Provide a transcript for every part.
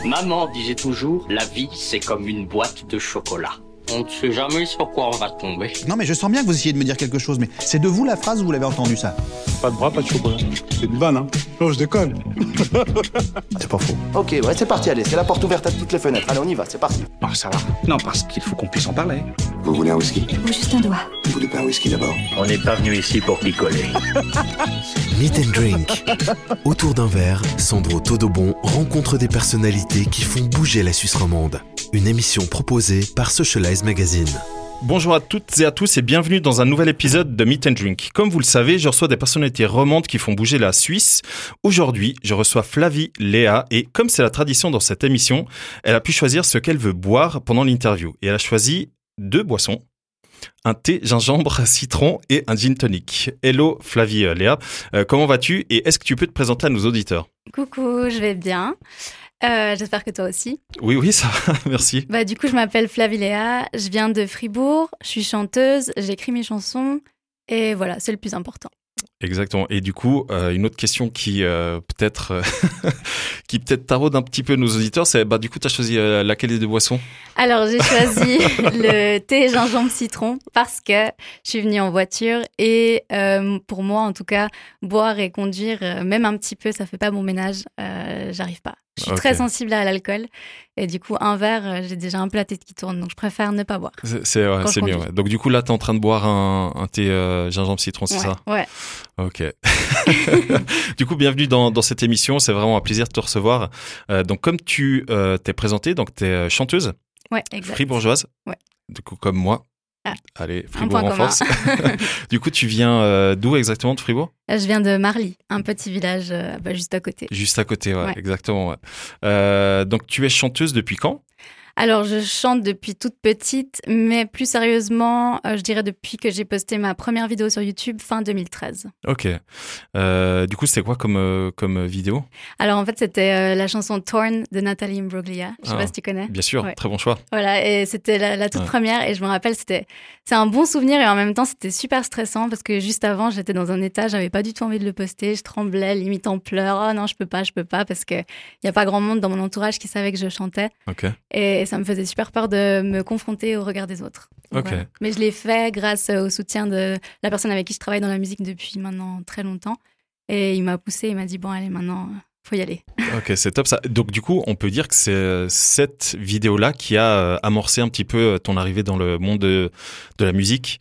Maman disait toujours, la vie c'est comme une boîte de chocolat. On ne sait jamais sur quoi on va tomber. Non mais je sens bien que vous essayez de me dire quelque chose, mais c'est de vous la phrase ou vous l'avez entendu ça? Pas de bras, pas de chocolat. C'est une vanne, hein. Non, je déconne. C'est pas faux. Ok, ouais, c'est parti, allez, c'est la porte ouverte à toutes les fenêtres. Allez, on y va, c'est parti. Oh, ça va. Non, parce qu'il faut qu'on puisse en parler. Vous voulez un whisky? Ou juste un doigt. Vous voulez pas un whisky d'abord? On n'est pas venu ici pour picoler. Meet and Drink. Autour d'un verre, Sandro Todobon rencontre des personnalités qui font bouger la Suisse romande. Une émission proposée par Socialize Magazine. Bonjour à toutes et à tous et bienvenue dans un nouvel épisode de Meet and Drink. Comme vous le savez, je reçois des personnalités romandes qui font bouger la Suisse. Aujourd'hui, je reçois Flavie Léa et comme c'est la tradition dans cette émission, elle a pu choisir ce qu'elle veut boire pendant l'interview. Et elle a choisi 2 boissons, un thé gingembre citron et un gin tonic. Hello Flavie Léa, comment vas-tu et est-ce que tu peux te présenter à nos auditeurs? Coucou, je vais bien. J'espère que toi aussi. Oui, ça va, merci. Du coup, je m'appelle Flavie Léa, je viens de Fribourg, je suis chanteuse, j'écris mes chansons et voilà, c'est le plus important. Exactement. Et du coup, une autre question qui peut-être taraude un petit peu nos auditeurs, c'est du coup, tu as choisi laquelle des 2 boissons? Alors, j'ai choisi le thé gingembre citron parce que je suis venue en voiture et pour moi, en tout cas, boire et conduire, même un petit peu, ça fait pas bon ménage, j'arrive pas. Je suis très sensible à l'alcool et du coup, un verre, j'ai déjà un peu la tête qui tourne, donc je préfère ne pas boire. C'est mieux, ouais. Donc du coup, là, tu es en train de boire un thé gingembre citron, c'est ça? Ouais. Ok. Du coup, bienvenue dans cette émission, c'est vraiment un plaisir de te recevoir. Donc comme tu t'es présentée, donc tu es chanteuse, ouais, exact. Fribourgeoise, ouais. Du coup, comme moi. Ah. Allez, Fribourg en force. Du coup, tu viens d'où exactement de Fribourg? Je viens de Marly, un petit village juste à côté. Juste à côté, ouais. Exactement. Ouais. Donc, tu es chanteuse depuis quand? Alors, je chante depuis toute petite, mais plus sérieusement, je dirais depuis que j'ai posté ma première vidéo sur YouTube fin 2013. Ok. Du coup, c'était quoi comme vidéo? Alors, en fait, c'était la chanson Torn de Nathalie Imbruglia. Je sais pas si tu connais. Bien sûr, très bon choix. Voilà, et c'était la toute première, et je me rappelle, c'est un bon souvenir, et en même temps, c'était super stressant, parce que juste avant, j'étais dans un état, j'avais pas du tout envie de le poster, je tremblais, limite en pleurs. Oh non, je peux pas, parce que y a pas grand monde dans mon entourage qui savait que je chantais. Ok. Et ça me faisait super peur de me confronter au regard des autres. Ok. Voilà. Mais je l'ai fait grâce au soutien de la personne avec qui je travaille dans la musique depuis maintenant très longtemps. Et il m'a poussé, il m'a dit, bon, allez, maintenant, faut y aller. Ok, c'est top ça. Donc du coup, on peut dire que c'est cette vidéo-là qui a amorcé un petit peu ton arrivée dans le monde de la musique.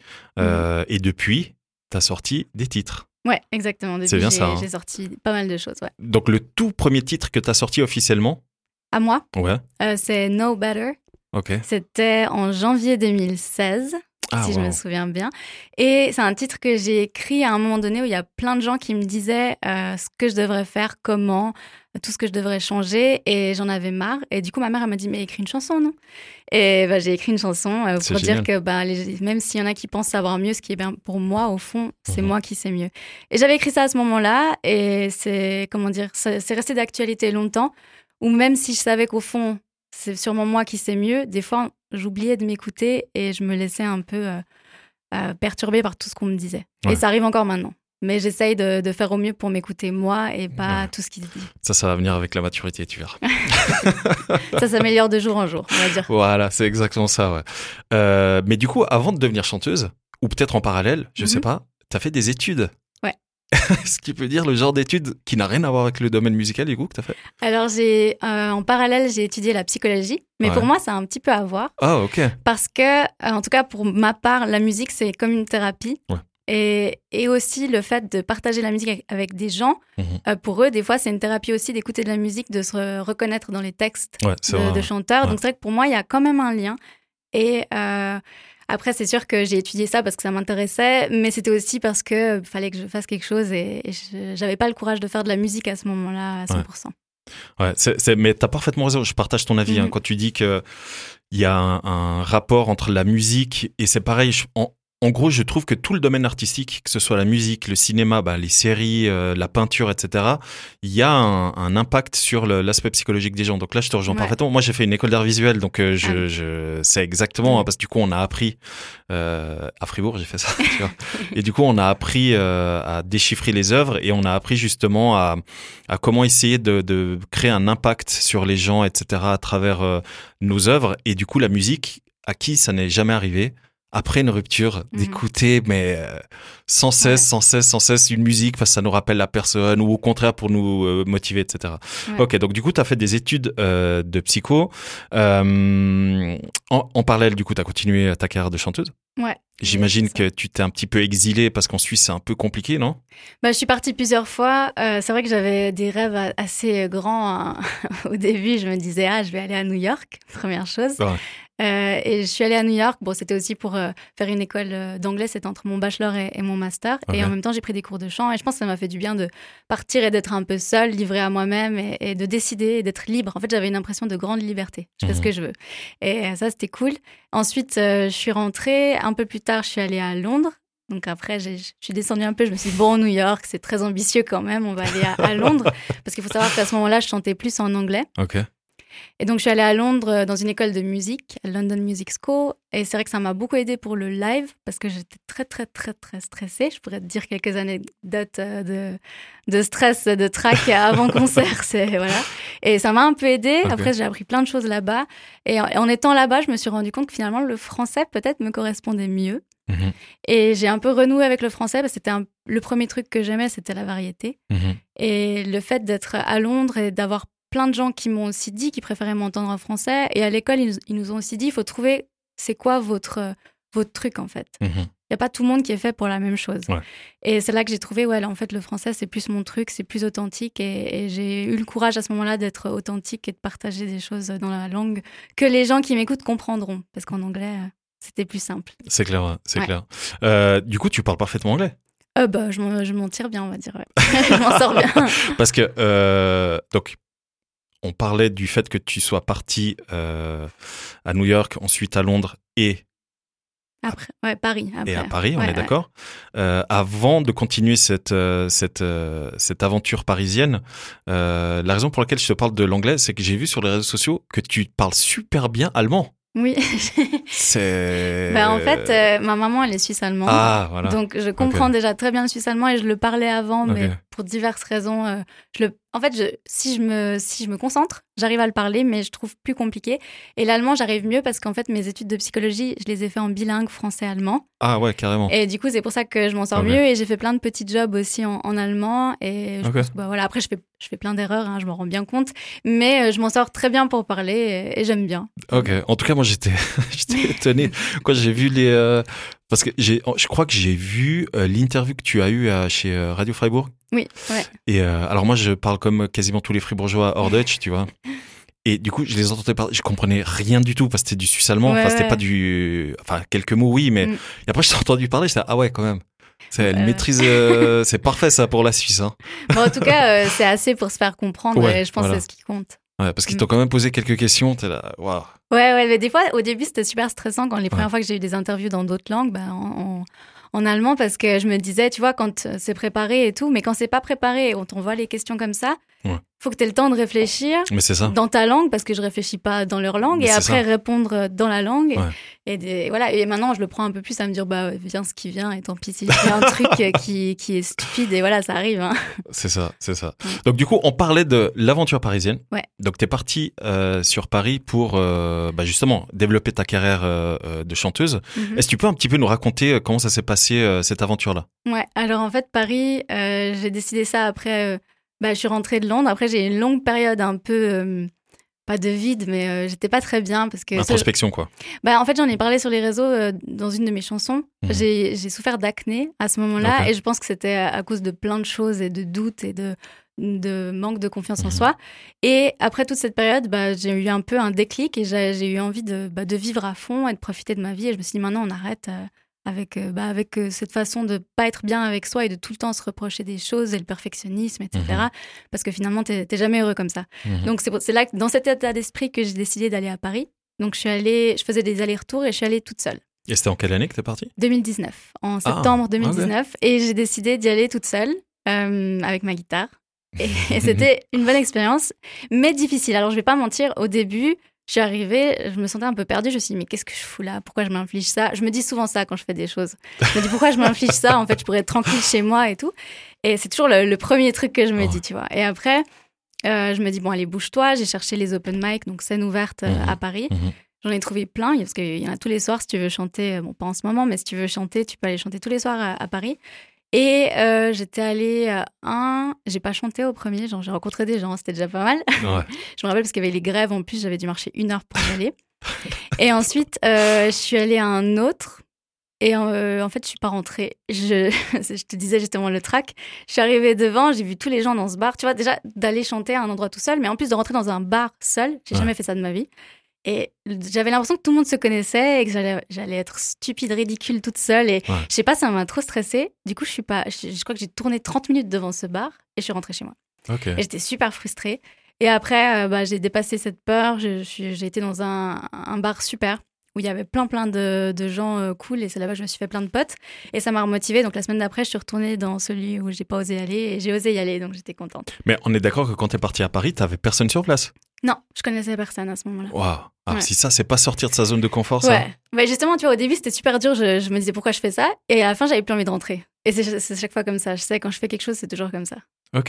Et depuis, tu as sorti des titres. Ouais, exactement. Depuis, c'est bien ça. J'ai sorti pas mal de choses, ouais. Donc le tout premier titre que tu as sorti officiellement? À moi? Ouais. C'est No Better. Ok. C'était en janvier 2016, si je me souviens bien. Et c'est un titre que j'ai écrit à un moment donné où il y a plein de gens qui me disaient ce que je devrais faire, comment, tout ce que je devrais changer. Et j'en avais marre. Et du coup, ma mère, elle m'a dit, mais écris une chanson, non? Et j'ai écrit une chanson pour dire que même s'il y en a qui pensent savoir mieux, ce qui est bien pour moi, au fond, c'est moi qui sais mieux. Et j'avais écrit ça à ce moment-là. Et c'est resté d'actualité longtemps. Ou même si je savais qu'au fond, c'est sûrement moi qui sais mieux, des fois, j'oubliais de m'écouter et je me laissais un peu perturbée par tout ce qu'on me disait. Ouais. Et ça arrive encore maintenant. Mais j'essaye de faire au mieux pour m'écouter moi et pas tout ce qui se dit. Ça va venir avec la maturité, tu verras. Ça s'améliore de jour en jour, on va dire. Voilà, c'est exactement ça, ouais. Mais du coup, avant de devenir chanteuse, ou peut-être en parallèle, je sais pas, t'as fait des études. Ce qui peut dire le genre d'études qui n'a rien à voir avec le domaine musical, du coup, que tu as fait? Alors, en parallèle, j'ai étudié la psychologie. Mais pour moi, ça a un petit peu à voir. Ah, ok. Parce que, en tout cas, pour ma part, la musique, c'est comme une thérapie. Ouais. Et aussi, le fait de partager la musique avec des gens, pour eux, des fois, c'est une thérapie aussi d'écouter de la musique, de se reconnaître dans les textes de chanteurs. Ouais. Donc, c'est vrai que pour moi, il y a quand même un lien. Et... après, c'est sûr que j'ai étudié ça parce que ça m'intéressait, mais c'était aussi parce qu'il fallait que je fasse quelque chose et j'avais pas le courage de faire de la musique à ce moment-là à 100%. Ouais, mais t'as parfaitement raison, je partage ton avis quand tu dis qu'il y a un rapport entre la musique et c'est pareil, En gros, je trouve que tout le domaine artistique, que ce soit la musique, le cinéma, les séries, la peinture, etc., il y a un impact sur l'aspect psychologique des gens. Donc là, je te rejoins parfaitement. Moi, j'ai fait une école d'art visuel, donc je sais exactement, parce que du coup, on a appris à Fribourg, j'ai fait ça. Tu vois. Et du coup, on a appris à déchiffrer les œuvres et on a appris justement à comment essayer de créer un impact sur les gens, etc., à travers nos œuvres. Et du coup, la musique, à qui ça n'est jamais arrivé, après une rupture, d'écouter sans cesse une musique parce que ça nous rappelle la personne ou au contraire pour nous motiver, etc. Ouais. Ok, donc du coup, tu as fait des études de psycho. En parallèle, du coup, tu as continué ta carrière de chanteuse. Ouais. J'imagine que tu t'es un petit peu exilée parce qu'en Suisse, c'est un peu compliqué, non ? Je suis partie plusieurs fois. C'est vrai que j'avais des rêves assez grands. Au début, je me disais, je vais aller à New York, première chose. Ouais. Et je suis allée à New York. Bon, c'était aussi pour faire une école d'anglais. C'était entre mon bachelor et mon master. Okay. Et en même temps, j'ai pris des cours de chant. Et je pense que ça m'a fait du bien de partir et d'être un peu seule, livrée à moi-même et de décider et d'être libre. En fait, j'avais une impression de grande liberté. Je fais ce que je veux. Et ça, c'était cool. Ensuite, je suis rentrée. Un peu plus tard, je suis allée à Londres. Donc après, je suis descendue un peu. Je me suis dit, New York, c'est très ambitieux quand même. On va aller à Londres. Parce qu'il faut savoir qu'à ce moment-là, je chantais plus en anglais. Ok. Et donc, je suis allée à Londres dans une école de musique, à London Music School. Et c'est vrai que ça m'a beaucoup aidée pour le live parce que j'étais très, très, très, très stressée. Je pourrais te dire quelques anecdotes de stress, de trac avant concert. Voilà. Et ça m'a un peu aidée. Okay. Après, j'ai appris plein de choses là-bas. Et en étant là-bas, je me suis rendu compte que finalement, le français peut-être me correspondait mieux. Mm-hmm. Et j'ai un peu renoué avec le français parce que c'était le premier truc que j'aimais, c'était la variété. Mm-hmm. Et le fait d'être à Londres et d'avoir plein de gens qui m'ont aussi dit qu'ils préféraient m'entendre en français. Et à l'école, ils nous ont aussi dit, il faut trouver c'est quoi votre truc, en fait. Il n'y a pas tout le monde qui est fait pour la même chose. Ouais. Et c'est là que j'ai trouvé, en fait, le français, c'est plus mon truc, c'est plus authentique. Et j'ai eu le courage à ce moment-là d'être authentique et de partager des choses dans la langue que les gens qui m'écoutent comprendront. Parce qu'en anglais, c'était plus simple. C'est clair, clair. Du coup, tu parles parfaitement anglais ? Je m'en tire bien, on va dire. Ouais. Je m'en sors bien. Parce que, donc, on parlait du fait que tu sois parti à New York, ensuite à Londres et après, Paris. Après. Et à Paris, on est d'accord. Avant de continuer cette aventure parisienne, la raison pour laquelle je te parle de l'anglais, c'est que j'ai vu sur les réseaux sociaux que tu parles super bien allemand. Oui. En fait, ma maman, elle est suisse-allemande. Ah, voilà. Donc, je comprends déjà très bien le suisse-allemand et je le parlais avant, mais pour diverses raisons, en fait, si je me concentre, j'arrive à le parler, mais je trouve plus compliqué. Et l'allemand, j'arrive mieux parce qu'en fait, mes études de psychologie, je les ai fait en bilingue français-allemand. Ah ouais, carrément. Et du coup, c'est pour ça que je m'en sors mieux. Et j'ai fait plein de petits jobs aussi en allemand. Et je pense, après, je fais plein d'erreurs, je m'en rends bien compte. Mais je m'en sors très bien pour parler et j'aime bien. Ok. En tout cas, moi, j'étais étonné quand j'ai vu parce que je crois que j'ai vu l'interview que tu as eue chez Radio Freiburg. Oui, ouais. Et alors moi, je parle comme quasiment tous les Fribourgeois hors Deutsch, tu vois. Et du coup, je les entendais parler, je comprenais rien du tout parce que c'était du suisse-allemand. C'était pas quelques mots, oui, mais et après, je t'ai entendu parler, j'étais ah ouais, quand même. C'est une maîtrise, c'est parfait ça pour la Suisse. Hein. En tout cas, c'est assez pour se faire comprendre et je pense que c'est ce qui compte. Ouais, parce qu'ils t'ont quand même posé quelques questions, t'es là, waouh. Ouais, mais des fois, au début, c'était super stressant quand les premières fois que j'ai eu des interviews dans d'autres langues, en allemand, parce que je me disais, tu vois, quand c'est préparé et tout, mais quand c'est pas préparé et on t'envoie les questions comme ça, faut que tu aies le temps de réfléchir dans ta langue, parce que je réfléchis pas dans leur langue, et après répondre dans la langue. Et voilà. Et maintenant, je le prends un peu plus à me dire, viens ce qui vient, et tant pis si j'ai un truc qui est stupide, et voilà, ça arrive. Hein. C'est ça. Donc du coup, on parlait de l'aventure parisienne. Ouais. Donc t'es partie sur Paris pour justement développer ta carrière de chanteuse. Mm-hmm. Est-ce que tu peux un petit peu nous raconter comment ça s'est passé cette aventure-là ? Ouais. Alors en fait, Paris, j'ai décidé ça après. Je suis rentrée de Londres. Après, j'ai eu une longue période un peu, pas de vide, mais j'étais pas très bien. Parce que introspection, quoi. En fait, j'en ai parlé sur les réseaux dans une de mes chansons. Mmh. J'ai souffert d'acné à ce moment-là. Et je pense que c'était à cause de plein de choses et de doutes et de manque de confiance en soi. Et après toute cette période, j'ai eu un peu un déclic et j'ai eu envie de vivre à fond et de profiter de ma vie. Et je me suis dit, maintenant, on arrête... avec cette façon de pas être bien avec soi et de tout le temps se reprocher des choses et le perfectionnisme, etc. Parce que finalement, t'es jamais heureux comme ça. Donc, c'est là, dans cet état d'esprit, que j'ai décidé d'aller à Paris. Donc, je faisais des allers-retours et je suis allée toute seule. Et c'était en quelle année que t'es partie ? 2019, en septembre 2019. Okay. Et j'ai décidé d'y aller toute seule, avec ma guitare. Et c'était une bonne expérience, mais difficile. Alors, je vais pas mentir, au début, je suis arrivée, je me sentais un peu perdue. Je me suis dit, mais qu'est-ce que je fous là ? Pourquoi je m'inflige ça ? Je me dis souvent ça quand je fais des choses. Je me dis, pourquoi je m'inflige ça ? En fait, je pourrais être tranquille chez moi et tout. Et c'est toujours le premier truc que je me dis, tu vois. Et après, je me dis, bon, allez, bouge-toi. J'ai cherché les open mic, donc scène ouverte à Paris. J'en ai trouvé plein, parce qu'il y en a tous les soirs si tu veux chanter. Bon, pas en ce moment, mais si tu veux chanter, tu peux aller chanter tous les soirs à Paris. Et j'étais allée j'ai pas chanté au premier, j'ai rencontré des gens, c'était déjà pas mal. Ouais. Je me rappelle parce qu'il y avait les grèves, en plus j'avais dû marcher 1 heure pour y aller. Et ensuite, je suis allée à un autre. Et en fait, je suis pas rentrée. Je te disais justement le track. Je suis arrivée devant, j'ai vu tous les gens dans ce bar. Tu vois, déjà d'aller chanter à un endroit tout seul, mais en plus de rentrer dans un bar seul, j'ai jamais fait ça de ma vie. Et j'avais l'impression que tout le monde se connaissait et que j'allais être stupide, ridicule toute seule. Et je sais pas, ça m'a trop stressée. Du coup, je crois que j'ai tourné 30 minutes devant ce bar et je suis rentrée chez moi. Okay. Et j'étais super frustrée. Et après, j'ai dépassé cette peur. J'ai été dans un bar super où il y avait plein de gens cool. Et c'est là-bas que je me suis fait plein de potes. Et ça m'a remotivée. Donc la semaine d'après, je suis retournée dans celui où j'ai pas osé aller. Et j'ai osé y aller, donc j'étais contente. Mais on est d'accord que quand t'es partie à Paris, t'avais personne sur place ? Non, je connaissais personne à ce moment-là. Waouh. Alors si ça, c'est pas sortir de sa zone de confort, ça ? Ouais. Bah justement, tu vois, au début, c'était super dur. Je me disais pourquoi je fais ça. Et à la fin, j'avais plus envie de rentrer. Et c'est chaque fois comme ça. Je sais, quand je fais quelque chose, c'est toujours comme ça. Ok.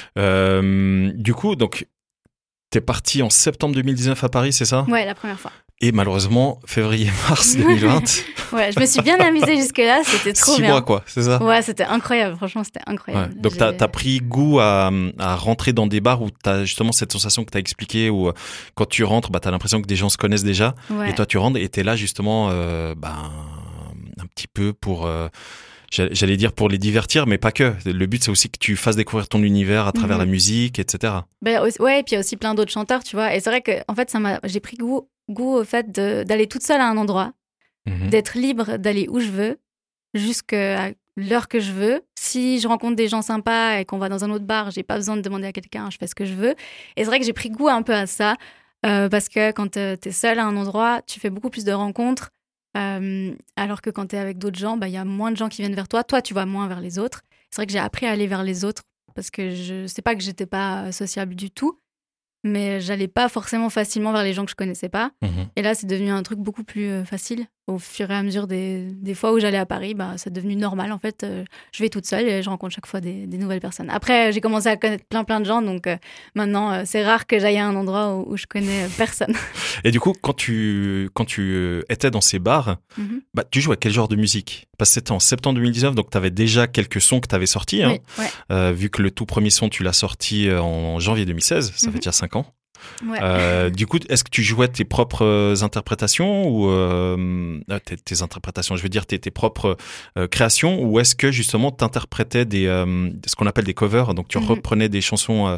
Du coup, donc, t'es partie en septembre 2019 à Paris, c'est ça ? Ouais, la première fois. Et malheureusement, février-mars 2020. Ouais, je me suis bien amusée jusque-là, c'était trop 6 bien. 6 mois, quoi, c'est ça ? Ouais, c'était incroyable, franchement, c'était incroyable. Ouais. Donc, t'as pris goût à rentrer dans des bars où t'as justement cette sensation que t'as expliquée, où quand tu rentres, t'as l'impression que des gens se connaissent déjà. Ouais. Et toi, tu rentres et t'es là justement, un petit peu pour... J'allais dire pour les divertir, mais pas que. Le but, c'est aussi que tu fasses découvrir ton univers à travers la musique, etc. Ouais, et puis il y a aussi plein d'autres chanteurs, tu vois. Et c'est vrai que, en fait, j'ai pris goût au fait d'aller toute seule à un endroit, d'être libre d'aller où je veux, jusqu'à l'heure que je veux. Si je rencontre des gens sympas et qu'on va dans un autre bar, j'ai pas besoin de demander à quelqu'un, je fais ce que je veux. Et c'est vrai que j'ai pris goût un peu à ça, parce que quand t'es seule à un endroit, tu fais beaucoup plus de rencontres. Alors que quand tu es avec d'autres gens, y a moins de gens qui viennent vers toi. Toi, tu vas moins vers les autres. C'est vrai que j'ai appris à aller vers les autres parce que je sais pas que j'étais pas sociable du tout, mais j'allais pas forcément facilement vers les gens que je connaissais pas. Et là, c'est devenu un truc beaucoup plus facile. Au fur et à mesure des fois où j'allais à Paris, c'est devenu normal. En fait, je vais toute seule et je rencontre chaque fois des nouvelles personnes. Après, j'ai commencé à connaître plein de gens, donc maintenant, c'est rare que j'aille à un endroit où je connais personne. Et du coup, quand tu étais dans ces bars, tu jouais à quel genre de musique ? Parce que c'était en septembre 2019, donc tu avais déjà quelques sons que tu avais sortis. Hein, oui, ouais. Vu que le tout premier son, tu l'as sorti en janvier 2016, ça fait déjà 5 ans. Ouais. Du coup, est-ce que tu jouais tes propres interprétations ou tes interprétations, je veux dire tes propres créations, ou est-ce que justement t'interprétais ce qu'on appelle des covers, donc tu reprenais des chansons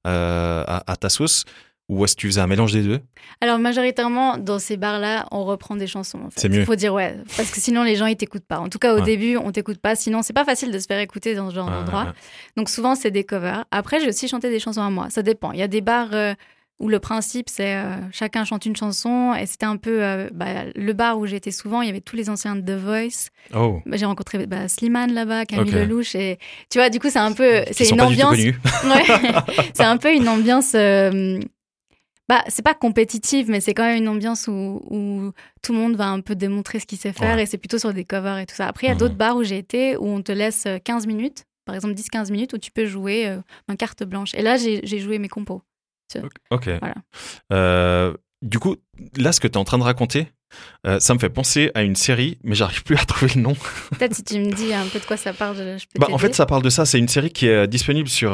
à ta sauce, ou est-ce que tu faisais un mélange des deux ? Alors majoritairement dans ces bars-là, on reprend des chansons. En fait. C'est mieux. Faut dire ouais, parce que sinon les gens ils t'écoutent pas. En tout cas au début, on t'écoute pas. Sinon c'est pas facile de se faire écouter dans ce genre d'endroit. Donc souvent c'est des covers. Après j'ai aussi chanté des chansons à moi. Ça dépend. Il y a des bars où le principe, c'est chacun chante une chanson. Et c'était un peu le bar où j'étais souvent. Il y avait tous les anciens de The Voice. Oh. J'ai rencontré Slimane là-bas, Camille Lelouch. Et tu vois, du coup, c'est un peu... C'est une ambiance... c'est un peu une ambiance... c'est pas compétitive, mais c'est quand même une ambiance où tout le monde va un peu démontrer ce qu'il sait faire. Et c'est plutôt sur des covers et tout ça. Après, il y a d'autres bars où j'ai été, où on te laisse 15 minutes, par exemple 10-15 minutes, où tu peux jouer en carte blanche. Et là, j'ai joué mes compos. Ok. Voilà. Du coup, là, ce que tu es en train de raconter, ça me fait penser à une série, mais j'arrive plus à trouver le nom. Peut-être si tu me dis un peu de quoi ça parle, je peux t'aider. En fait, ça parle de ça. C'est une série qui est disponible sur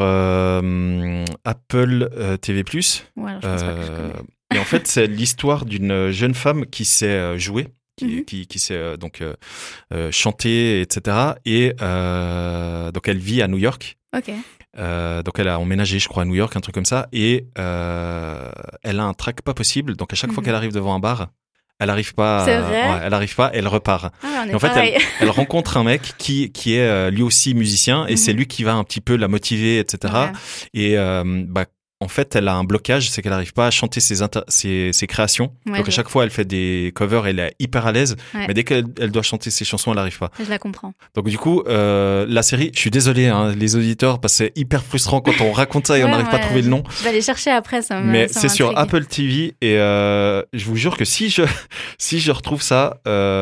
Apple TV+. Ouais, alors je pense pas que je connais. Et en fait, c'est l'histoire d'une jeune femme qui sait jouer, qui sait chanter, etc. Et donc, elle vit à New York. Ok. Donc elle a emménagé, je crois, à New York, un truc comme ça, et elle a un trac pas possible. Donc à chaque fois qu'elle arrive devant un bar, elle arrive pas. C'est vrai. Elle arrive pas, elle repart. Ah, on est en fait, pareil. elle rencontre un mec qui est lui aussi musicien, et c'est lui qui va un petit peu la motiver, etc. Ouais. Et en fait, elle a un blocage, c'est qu'elle n'arrive pas à chanter ses créations. Ouais, donc à chaque fois, elle fait des covers, elle est hyper à l'aise, mais dès qu'elle doit chanter ses chansons, elle n'arrive pas. Je la comprends. Donc du coup, la série, je suis désolé, les auditeurs, parce que c'est hyper frustrant quand on raconte ça et on n'arrive pas à trouver le nom. Je vais aller chercher après, ça mais c'est sur Apple TV et je vous jure que si je retrouve ça,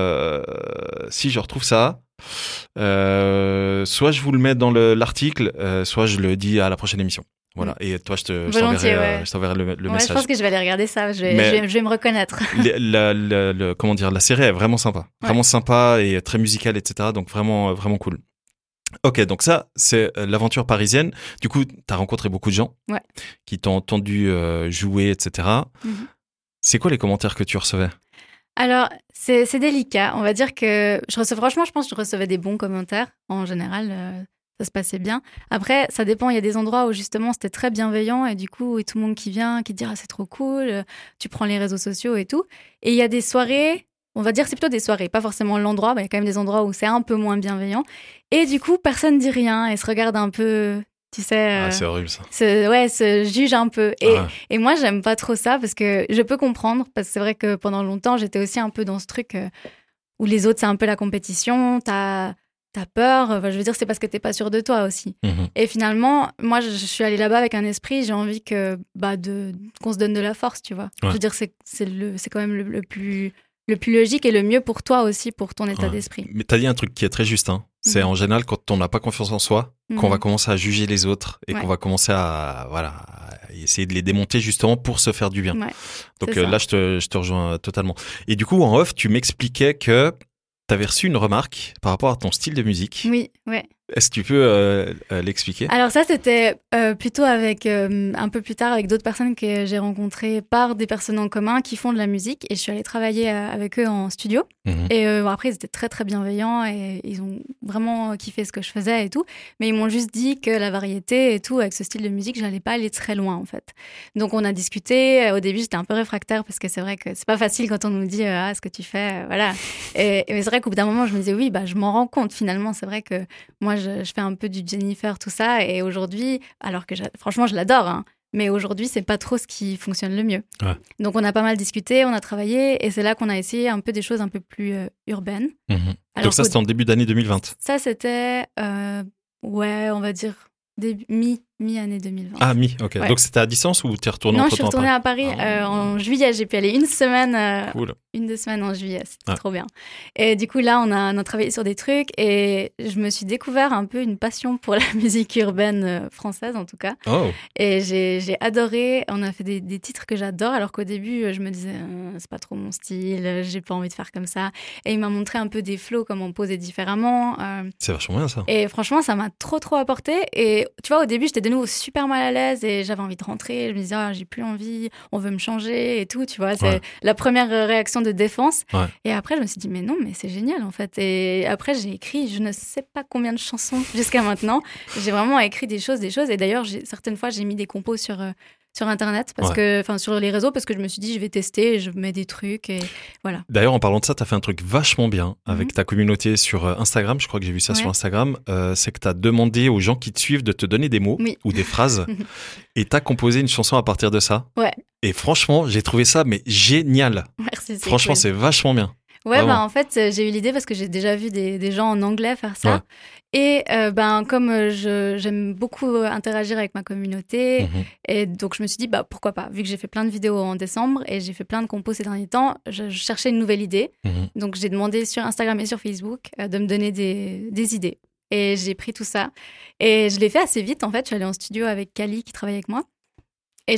soit je vous le mets dans l'article, soit je le dis à la prochaine émission. Voilà. Et toi, je t'enverrai le message. Je pense que je vais aller regarder ça. Je vais me reconnaître. Comment dire, la série est vraiment sympa. Vraiment sympa et très musicale, etc. Donc vraiment, vraiment cool. Ok, donc ça, c'est l'aventure parisienne. Du coup, t'as rencontré beaucoup de gens qui t'ont entendu jouer, etc. C'est quoi les commentaires que tu recevais ? Alors, c'est délicat. On va dire que je pense que je recevais des bons commentaires. En général, ça se passait bien. Après, ça dépend. Il y a des endroits où justement c'était très bienveillant et du coup, tout le monde qui vient, qui dit c'est trop cool, tu prends les réseaux sociaux et tout. Et il y a des soirées, on va dire c'est plutôt des soirées, pas forcément l'endroit, mais il y a quand même des endroits où c'est un peu moins bienveillant. Et du coup, personne dit rien et se regarde un peu, tu sais. C'est horrible ça. Se juge un peu. Et moi, j'aime pas trop ça parce que je peux comprendre, parce que c'est vrai que pendant longtemps, j'étais aussi un peu dans ce truc où les autres, c'est un peu la compétition, t'as peur, je veux dire, c'est parce que t'es pas sûr de toi aussi. Et finalement, moi, je suis allée là-bas avec un esprit, j'ai envie qu'on se donne de la force, tu vois. Je veux dire, c'est quand même le plus logique et le mieux pour toi aussi, pour ton état d'esprit. Mais t'as dit un truc qui est très juste, hein. C'est en général quand on n'a pas confiance en soi, qu'on va commencer à juger les autres et qu'on va commencer à essayer de les démonter justement pour se faire du bien. Donc là, je te rejoins totalement. Et du coup, en off, tu m'expliquais que t'avais reçu une remarque par rapport à ton style de musique. Oui, ouais. Est-ce que tu peux l'expliquer ? Alors ça, c'était plutôt avec, un peu plus tard, avec d'autres personnes que j'ai rencontrées par des personnes en commun qui font de la musique. Et je suis allée travailler avec eux en studio. Et après, ils étaient très, très bienveillants et ils ont vraiment kiffé ce que je faisais et tout. Mais ils m'ont juste dit que la variété et tout, avec ce style de musique, j'allais pas aller très loin, en fait. Donc, on a discuté. Au début, j'étais un peu réfractaire parce que c'est vrai que c'est pas facile quand on nous dit ce que tu fais, voilà. Et c'est vrai qu'au bout d'un moment, je me disais, oui, je m'en rends compte finalement. C'est vrai que moi, je fais un peu du Jennifer, tout ça. Et aujourd'hui, alors que franchement, je l'adore, hein, mais aujourd'hui, c'est pas trop ce qui fonctionne le mieux. Ouais. Donc, on a pas mal discuté, on a travaillé, et c'est là qu'on a essayé un peu des choses un peu plus urbaines. Donc ça, c'était en début d'année 2020 ? Ça, c'était, on va dire, mi-année 2020. Ah, ok. Ouais. Donc, c'était à distance ou t'es retourné Non, je suis retournée à Paris en juillet. J'ai pu aller une semaine. Cool. 2 semaines en juillet, c'était trop bien. Et du coup, là, on a travaillé sur des trucs et je me suis découvert un peu une passion pour la musique urbaine française, en tout cas. Oh. Et j'ai adoré. On a fait des titres que j'adore, alors qu'au début, je me disais, c'est pas trop mon style, j'ai pas envie de faire comme ça. Et il m'a montré un peu des flows, comment poser différemment. C'est vachement bien, ça. Et franchement, ça m'a trop apporté. Et tu vois, au début, j'étais de nouveau super mal à l'aise et j'avais envie de rentrer. Je me disais, j'ai plus envie, on veut me changer et tout, tu vois. C'est la première réaction de défense. Et après, je me suis dit, mais non, mais c'est génial, en fait. Et après, j'ai écrit, je ne sais pas combien de chansons jusqu'à maintenant. J'ai vraiment écrit des choses. Et d'ailleurs, certaines fois, j'ai mis des compos sur Internet, sur les réseaux, parce que je me suis dit, je vais tester, je mets des trucs et voilà. D'ailleurs, en parlant de ça, tu as fait un truc vachement bien avec ta communauté sur Instagram. Je crois que j'ai vu ça sur Instagram. C'est que tu as demandé aux gens qui te suivent de te donner des mots ou des phrases et tu as composé une chanson à partir de ça. Ouais. Et franchement, j'ai trouvé ça génial. Merci. Franchement, c'est vachement bien. Ouais, en fait, j'ai eu l'idée parce que j'ai déjà vu des gens en anglais faire ça. Et comme j'aime beaucoup interagir avec ma communauté, et donc je me suis dit, pourquoi pas, vu que j'ai fait plein de vidéos en décembre et j'ai fait plein de compos ces derniers temps, je cherchais une nouvelle idée. Donc j'ai demandé sur Instagram et sur Facebook de me donner des idées. Et j'ai pris tout ça. Et je l'ai fait assez vite, en fait. Je suis allée en studio avec Kali qui travaille avec moi. Et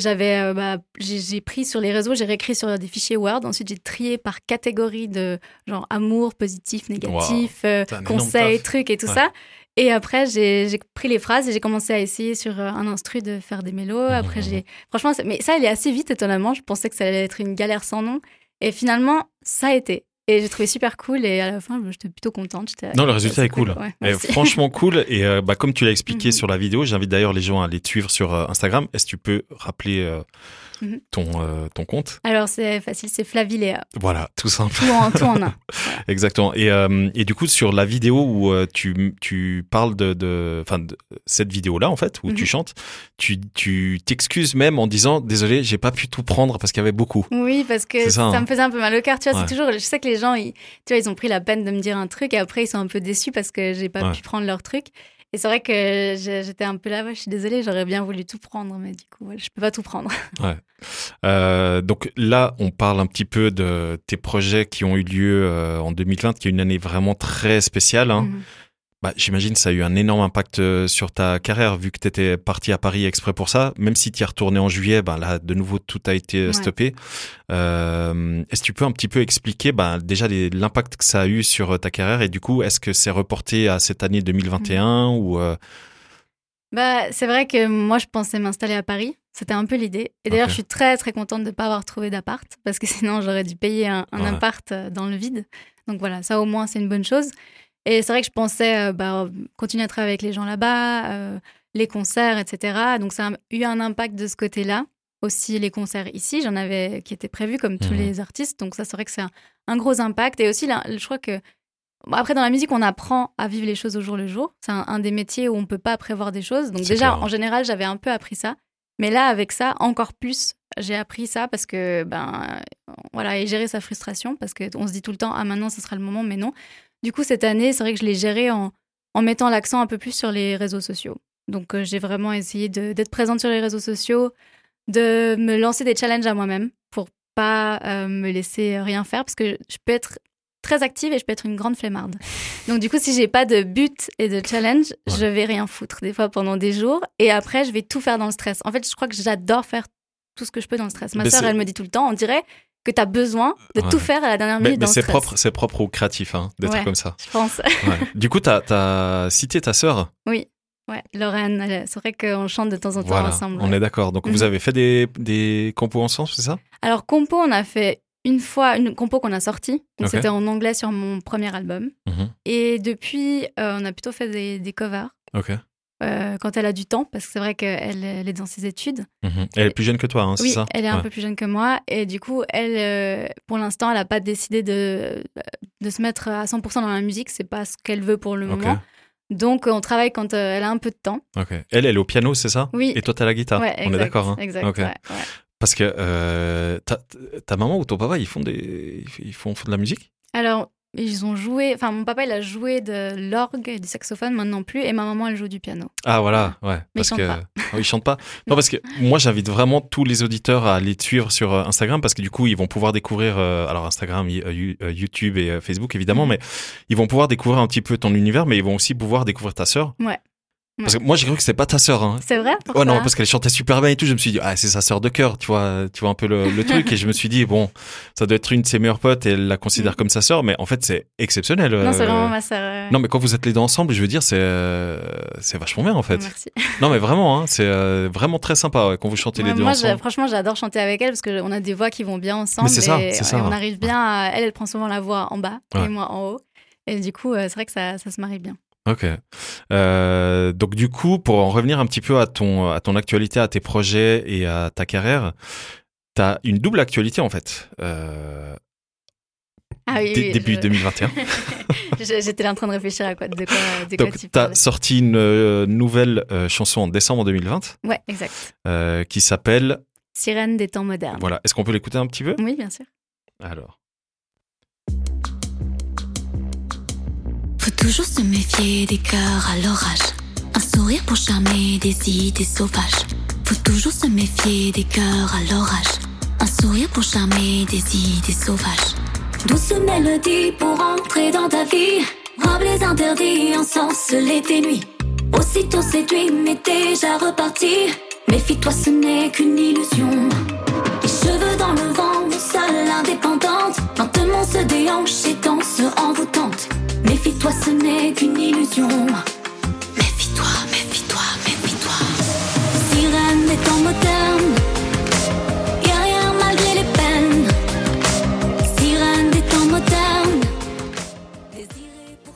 j'ai pris sur les réseaux, j'ai réécrit sur des fichiers Word. Ensuite, j'ai trié par catégorie de genre amour, positif, négatif, conseils, trucs et tout ça. Et après, j'ai pris les phrases et j'ai commencé à essayer sur un instru de faire des mélos. Après, franchement, mais ça, allait assez vite, étonnamment. Je pensais que ça allait être une galère sans nom. Et finalement, ça a été. Et j'ai trouvé super cool et à la fin, j'étais plutôt contente. Non, le résultat est cool. Ouais, franchement cool. Et comme tu l'as expliqué sur la vidéo, j'invite d'ailleurs les gens à aller te suivre sur Instagram. Est-ce que tu peux rappeler ton compte? Alors, c'est facile, c'est Flavie Léa. Voilà, tout simple. Tout en un. Voilà. Exactement. Et du coup, sur la vidéo où tu parles de cette vidéo-là, en fait, où tu chantes, tu t'excuses même en disant « Désolé, j'ai pas pu tout prendre parce qu'il y avait beaucoup ». Oui, parce que ça me faisait un peu mal au cœur. Tu vois, c'est toujours... Je sais que les gens, ils ont pris la peine de me dire un truc et après, ils sont un peu déçus parce que j'ai pas pu prendre leur truc. Et c'est vrai que j'étais un peu là, je suis désolée, j'aurais bien voulu tout prendre, mais du coup, je peux pas tout prendre. Ouais. Donc là, on parle un petit peu de tes projets qui ont eu lieu en 2020, qui est une année vraiment très spéciale. Hein. J'imagine que ça a eu un énorme impact sur ta carrière, vu que tu étais parti à Paris exprès pour ça. Même si tu y es retourné en juillet, là, de nouveau, tout a été stoppé. Est-ce que tu peux un petit peu expliquer déjà l'impact que ça a eu sur ta carrière et du coup, est-ce que c'est reporté à cette année 2021 ou c'est vrai que moi, je pensais m'installer à Paris. C'était un peu l'idée. Et d'ailleurs, je suis très, très contente de ne pas avoir trouvé d'appart parce que sinon, j'aurais dû payer un appart dans le vide. Donc voilà, ça au moins, c'est une bonne chose. Et c'est vrai que je pensais continuer à travailler avec les gens là-bas, les concerts, etc. Donc ça a eu un impact de ce côté-là. Aussi les concerts ici, j'en avais qui étaient prévus comme tous les artistes. Donc ça, c'est vrai que c'est un gros impact. Et aussi, là, je crois que après, dans la musique, on apprend à vivre les choses au jour le jour. C'est un des métiers où on ne peut pas prévoir des choses. Donc déjà, en général, j'avais un peu appris ça. Mais là, avec ça, encore plus, j'ai appris ça parce que, et gérer sa frustration. Parce qu'on se dit tout le temps, maintenant, ce sera le moment, mais non. Du coup, cette année, c'est vrai que je l'ai gérée en mettant l'accent un peu plus sur les réseaux sociaux. Donc, j'ai vraiment essayé d'être présente sur les réseaux sociaux, de me lancer des challenges à moi-même pour pas me laisser rien faire parce que je peux être très active et je peux être une grande flemmarde. Donc, du coup, si j'ai pas de but et de challenge, je vais rien foutre des fois pendant des jours et après, je vais tout faire dans le stress. En fait, je crois que j'adore faire tout ce que je peux dans le stress. Ma sœur, elle me dit tout le temps, on dirait que tu as besoin de tout faire à la dernière minute dans le stress. C'est propre aux créatifs d'être comme ça. Je pense. Du coup, tu as cité ta sœur. Oui, Lorraine. C'est vrai qu'on chante de temps en temps ensemble. On est d'accord. Donc, vous avez fait des compos ensemble, c'est ça? Alors, compo, on a fait une fois une compo qu'on a sortie. Donc, c'était en anglais sur mon premier album. Et depuis, on a plutôt fait des covers. Quand elle a du temps, parce que c'est vrai qu'elle est dans ses études. Elle est plus jeune que toi, c'est ça? Oui, elle est un peu plus jeune que moi. Et du coup, elle, pour l'instant, elle n'a pas décidé de se mettre à 100% dans la musique. C'est pas ce qu'elle veut pour le moment. Donc, on travaille quand elle a un peu de temps. Elle est au piano, c'est ça? Oui. Et toi, t'as la guitare? On est d'accord, Exact, Parce que ta maman ou ton papa, ils font de la musique? Alors... Ils ont joué, enfin mon papa il a joué de l'orgue et du saxophone, maintenant plus, et ma maman elle joue du piano. Ah voilà, Mais parce ils chantent pas. Ils chantent pas. Non, parce que moi j'invite vraiment tous les auditeurs à aller te suivre sur Instagram parce que du coup ils vont pouvoir découvrir, alors Instagram, YouTube et Facebook évidemment, mais ils vont pouvoir découvrir un petit peu ton univers, mais ils vont aussi pouvoir découvrir ta sœur. Parce que moi j'ai cru que c'était pas ta sœur. C'est vrai? Pourquoi? Non, parce qu'elle chantait super bien et tout. Je me suis dit c'est sa sœur de cœur, tu vois un peu le truc. Et je me suis dit ça doit être une de ses meilleures potes et elle la considère comme sa sœur, mais en fait c'est exceptionnel. Non, c'est vraiment ma sœur. Non, mais quand vous êtes les deux ensemble, je veux dire c'est vachement bien en fait. Merci. Non, mais vraiment, c'est vraiment très sympa quand vous chantez les deux ensemble. Franchement, j'adore chanter avec elle parce qu'on a des voix qui vont bien ensemble. Mais c'est ça. On arrive bien. Elle prend souvent la voix en bas et moi en haut. Et du coup, c'est vrai que ça se marie bien. Donc du coup, pour en revenir un petit peu à ton actualité, à tes projets et à ta carrière, t'as une double actualité en fait. Début 2021. J'étais là en train de réfléchir à quoi Donc, tu parlais. t'as sorti une nouvelle chanson en décembre 2020. Ouais, exact. Qui s'appelle Sirène des temps modernes. Voilà. Est-ce qu'on peut l'écouter un petit peu? Oui, bien sûr. Alors. Faut toujours se méfier des cœurs à l'orage. Un sourire pour charmer des idées sauvages. Faut toujours se méfier des cœurs à l'orage. Un sourire pour charmer des idées sauvages. Douce mélodie pour entrer dans ta vie. Robe les interdits, ensorceler tes nuits. Aussitôt séduit, mais déjà reparti. Méfie-toi, ce n'est qu'une illusion. Les cheveux dans le vent, seule indépendante. Lentement se déhanche et danse envoûtante. Méfie-toi, ce n'est qu'une illusion. Méfie-toi, méfie-toi, méfie-toi. Sirène des temps modernes, guerrière malgré les peines. Sirène des temps modernes, désirée pourtant.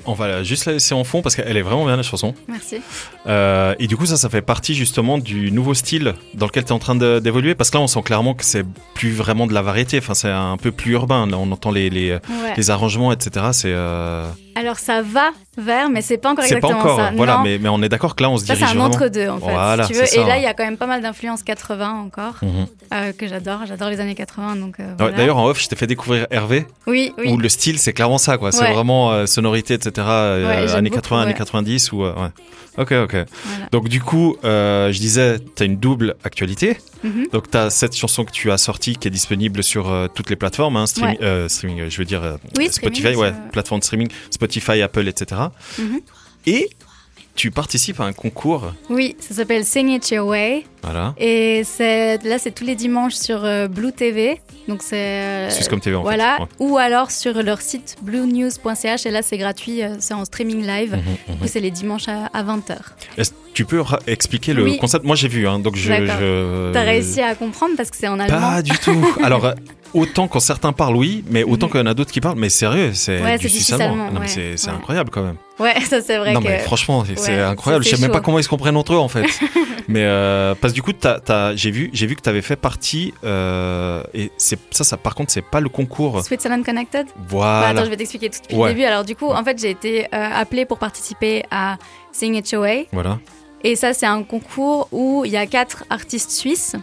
On va juste la laisser en fond parce qu'elle est vraiment bien la chanson. Merci. Et du coup, ça fait partie justement du nouveau style dans lequel tu es en train d'évoluer. Parce que là, on sent clairement que c'est plus vraiment de la variété. Enfin, c'est un peu plus urbain. Là, on entend les arrangements, etc. Alors ça va vers, mais c'est pas encore exactement ça. C'est pas encore, voilà, mais on est d'accord que là on se dirige vraiment. Ça c'est un vraiment... entre-deux en fait, voilà, si tu veux. Ça, et là il y a quand même pas mal d'influences 80 encore, que j'adore les années 80. Donc, voilà. D'ailleurs en off je t'ai fait découvrir Hervé, oui. où le style c'est clairement ça quoi, c'est vraiment sonorité etc, années 80, années 90 ou... Ok. Voilà. Donc du coup, je disais, t'as une double actualité. Donc t'as cette chanson que tu as sortie qui est disponible sur toutes les plateformes, hein, streaming, je veux dire Spotify, plateforme de streaming, Spotify, Apple, etc. Et tu participes à un concours. Oui, ça s'appelle Sing It Your Way. Voilà. Et c'est tous les dimanches sur Blue TV. Donc c'est Swisscom TV en fait. Ouais. Ou alors sur leur site bluenews.ch et là c'est gratuit, c'est en streaming live. Du coup c'est les dimanches à 20h. Est-ce que tu peux expliquer le concept? Moi j'ai vu, hein, donc T'as réussi à comprendre parce que c'est en allemand? Pas du tout. Alors autant quand certains parlent, oui, mais autant qu'il y en a d'autres qui parlent, mais sérieux, c'est du suisse allemand. Non, mais c'est incroyable quand même. Ouais, ça c'est vrai. Non mais franchement, c'est incroyable. Je sais même pas comment ils se comprennent entre eux en fait. Mais parce que du coup, j'ai vu que tu avais fait partie et ça par contre, c'est pas le concours. Switzerland Connected. Voilà. Attends, je vais t'expliquer tout depuis le début. Alors du coup, en fait, j'ai été appelée pour participer à Sing It Your Way. Voilà. Et ça, c'est un concours où il y a 4 artistes suisses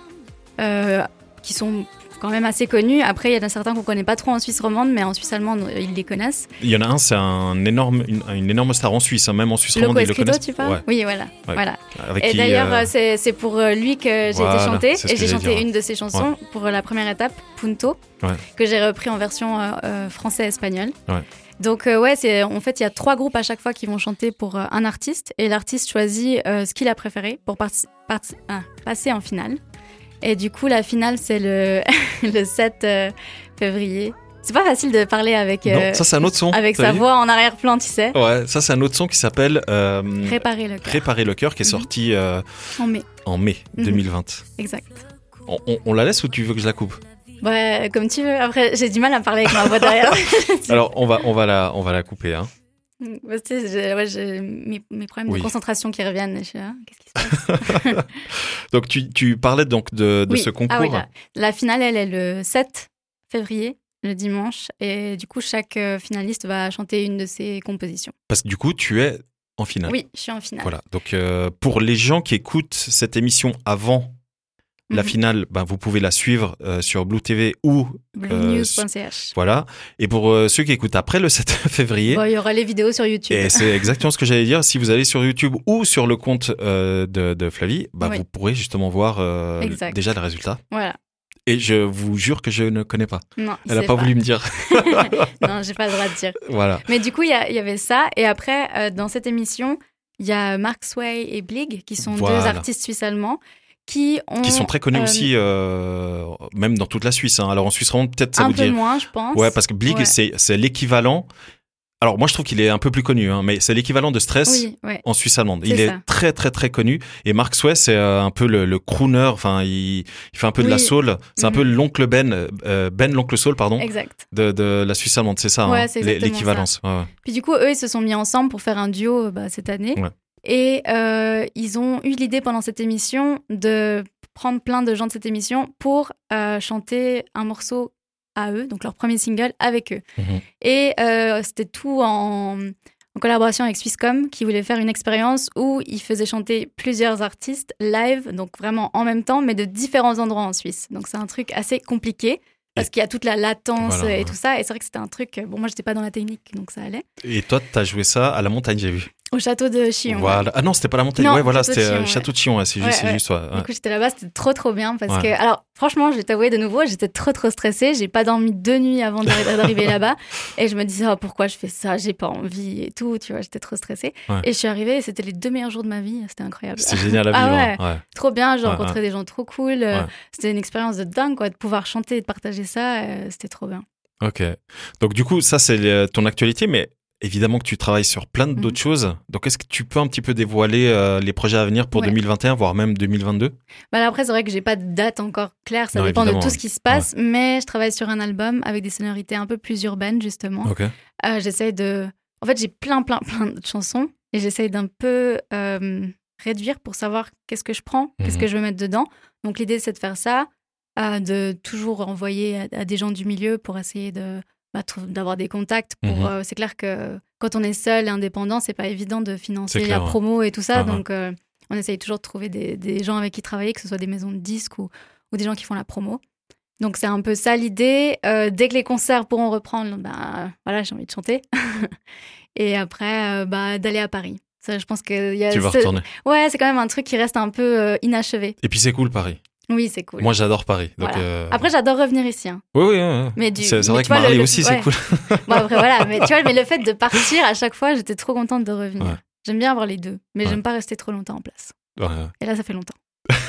qui sont quand même assez connus. Après, il y en a certains qu'on connaît pas trop en Suisse romande, mais en Suisse allemande, ils les connaissent. Il y en a un, c'est une énorme star en Suisse, hein, même en Suisse romande, ils le connaissent. Tu parles ? Oui, voilà. Avec et d'ailleurs, c'est pour lui que j'ai été chanter. Et j'ai chanté une de ses chansons pour la première étape, Punto, que j'ai repris en version français-espagnol. Donc en fait il y a 3 groupes à chaque fois qui vont chanter pour un artiste et l'artiste choisit ce qu'il a préféré pour passer en finale. Et du coup la finale c'est le 7 février. C'est pas facile de parler avec non, ça c'est un autre son avec sa voix en arrière-plan, tu sais. Ouais, ça c'est un autre son qui s'appelle Préparer le cœur qui est sorti en mai 2020. Exact. On la laisse ou tu veux que je la coupe? Ouais, comme tu veux. Après, j'ai du mal à parler avec ma voix derrière. Alors, on va la couper, hein. Tu sais, j'ai mes problèmes de concentration qui reviennent. Je suis là, qu'est-ce qui se passe? Donc, tu parlais donc de ce concours. Ah oui, la finale, elle est le 7 février, le dimanche. Et du coup, chaque finaliste va chanter une de ses compositions. Parce que du coup, tu es en finale. Oui, je suis en finale. Voilà. Donc, pour les gens qui écoutent cette émission avant la finale, vous pouvez la suivre sur Blue TV ou bluenews.ch. Voilà. Et pour ceux qui écoutent après le 7 février, il y aura les vidéos sur YouTube. Et c'est exactement ce que j'allais dire. Si vous allez sur YouTube ou sur le compte de Flavie, vous pourrez justement voir déjà les résultats. Voilà. Et je vous jure que je ne connais pas. Non, elle n'a pas voulu me dire. Non, j'ai pas le droit de dire. Voilà. Mais du coup, il y avait ça. Et après, dans cette émission, il y a Mark Sway et Blig, qui sont 2 artistes suisses-allemands. Qui sont très connus aussi, même dans toute la Suisse. Hein. Alors en Suisse romande, peut-être ça vous dit. Un peu moins, je pense. Ouais, parce que Blig, c'est l'équivalent. Alors moi, je trouve qu'il est un peu plus connu, hein, mais c'est l'équivalent de Stress en Suisse allemande. Il est très très très connu. Et Mark Sway, c'est un peu le crooner. Enfin, il fait un peu de la soul. C'est un peu l'oncle Ben l'oncle soul, pardon. Exact. De la Suisse allemande, c'est ça, hein, c'est l'équivalence. Ouais. Puis du coup, eux, ils se sont mis ensemble pour faire un duo cette année. Ouais. Et ils ont eu l'idée pendant cette émission de prendre plein de gens de cette émission pour chanter un morceau à eux, donc leur premier single avec eux. Et c'était tout en collaboration avec Swisscom qui voulait faire une expérience où ils faisaient chanter plusieurs artistes live, donc vraiment en même temps, mais de différents endroits en Suisse. Donc c'est un truc assez compliqué. Parce qu'il y a toute la latence et tout ça. Et c'est vrai que c'était un truc... Bon, moi, j'étais pas dans la technique, donc ça allait. Et toi, t'as joué ça à la montagne, j'ai vu. Au château de Chillon. Voilà. Ah non, c'était pas la montagne. Non, voilà, c'était château de Chillon. C'est juste. Ouais. Du coup, j'étais là-bas, c'était trop bien. Parce que, alors, franchement, je vais t'avouer de nouveau, j'étais trop stressée. J'ai pas dormi 2 nuits avant d'arriver là-bas. Et je me disais, pourquoi je fais ça? J'ai pas envie et tout. Tu vois, j'étais trop stressée. Et je suis arrivée et c'était les 2 meilleurs jours de ma vie. C'était incroyable. C'était génial à vivre. Ouais. Trop bien. J'ai rencontré des gens trop cool. C'était une expérience de dingue, quoi, de pouvoir chanter et de partager ça. C'était trop bien. Ok. Donc, du coup, ça, c'est ton actualité, mais évidemment que tu travailles sur plein d'autres choses. Donc, est-ce que tu peux un petit peu dévoiler les projets à venir pour 2021, voire même 2022 ? Après, c'est vrai que j'ai pas de date encore claire. Ça dépend de tout ce qui se passe. Mais je travaille sur un album avec des sonorités un peu plus urbaines, justement. Okay. J'essaie de en fait, j'ai plein de chansons et j'essaye d'un peu réduire pour savoir qu'est-ce que je prends, qu'est-ce que je veux mettre dedans. Donc, l'idée, c'est de faire ça, de toujours envoyer à des gens du milieu pour essayer d'avoir des contacts. C'est clair que quand on est seul et indépendant, c'est pas évident de financer la promo et tout ça. Donc, on essaye toujours de trouver des gens avec qui travailler, que ce soit des maisons de disques ou des gens qui font la promo. Donc, c'est un peu ça l'idée. Dès que les concerts pourront reprendre, voilà, j'ai envie de chanter. Et après, d'aller à Paris. Ça, je pense que tu vas retourner. Ouais, c'est quand même un truc qui reste un peu inachevé. Et puis, c'est cool, Paris. Oui, c'est cool. Moi, j'adore Paris. Donc, voilà. Après, j'adore revenir ici. Hein. Oui. Mais c'est vrai que Marly aussi, c'est cool. Bon, après, voilà. Mais tu vois, le fait de partir, à chaque fois, j'étais trop contente de revenir. Ouais. J'aime bien avoir les deux, mais j'aime pas rester trop longtemps en place. Ouais. Et là, ça fait longtemps.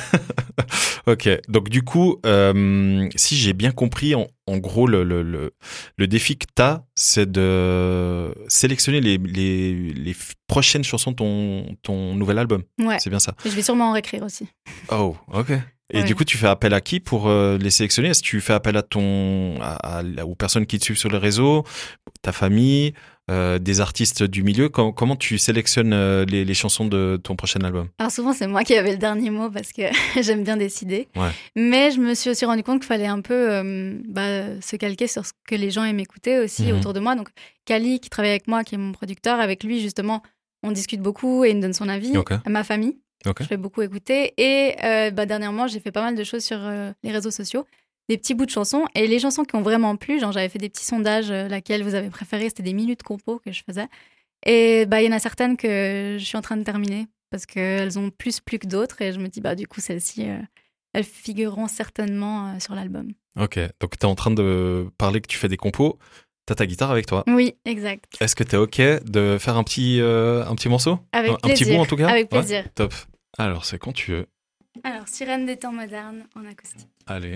Ok, donc du coup, si j'ai bien compris, en gros, le défi que tu as, c'est de sélectionner les prochaines chansons de ton nouvel album. Ouais. C'est bien ça. Et je vais sûrement en réécrire aussi. Oh, ok. Et du coup, tu fais appel à qui pour les sélectionner ? Est-ce que tu fais appel aux personnes qui te suivent sur les réseaux, ta famille, des artistes du milieu ? Comment tu sélectionnes les chansons de ton prochain album ? Alors souvent, c'est moi qui avais le dernier mot parce que j'aime bien décider. Ouais. Mais je me suis aussi rendu compte qu'il fallait un peu se calquer sur ce que les gens aiment écouter aussi autour de moi. Donc, Kali, qui travaille avec moi, qui est mon producteur, avec lui, justement, on discute beaucoup et il me donne son avis. Okay. Ma famille. Okay. Je fais beaucoup écouter. Et dernièrement, j'ai fait pas mal de choses sur les réseaux sociaux, des petits bouts de chansons. Et les chansons qui ont vraiment plu, genre j'avais fait des petits sondages, laquelle vous avez préférée, c'était des minutes compo que je faisais. Et il y en a certaines que je suis en train de terminer parce qu'elles ont plus plu que d'autres. Et je me dis, du coup, celles-ci, elles figureront certainement sur l'album. Ok, donc tu es en train de parler que tu fais des compos. T'as ta guitare avec toi ? Oui, exact. Est-ce que t'es ok de faire un petit morceau ? Avec plaisir. Un petit bout en tout cas ? Avec plaisir. Ouais, top. Alors, c'est quand tu veux. Alors, Sirène des temps modernes en acoustique. Allez.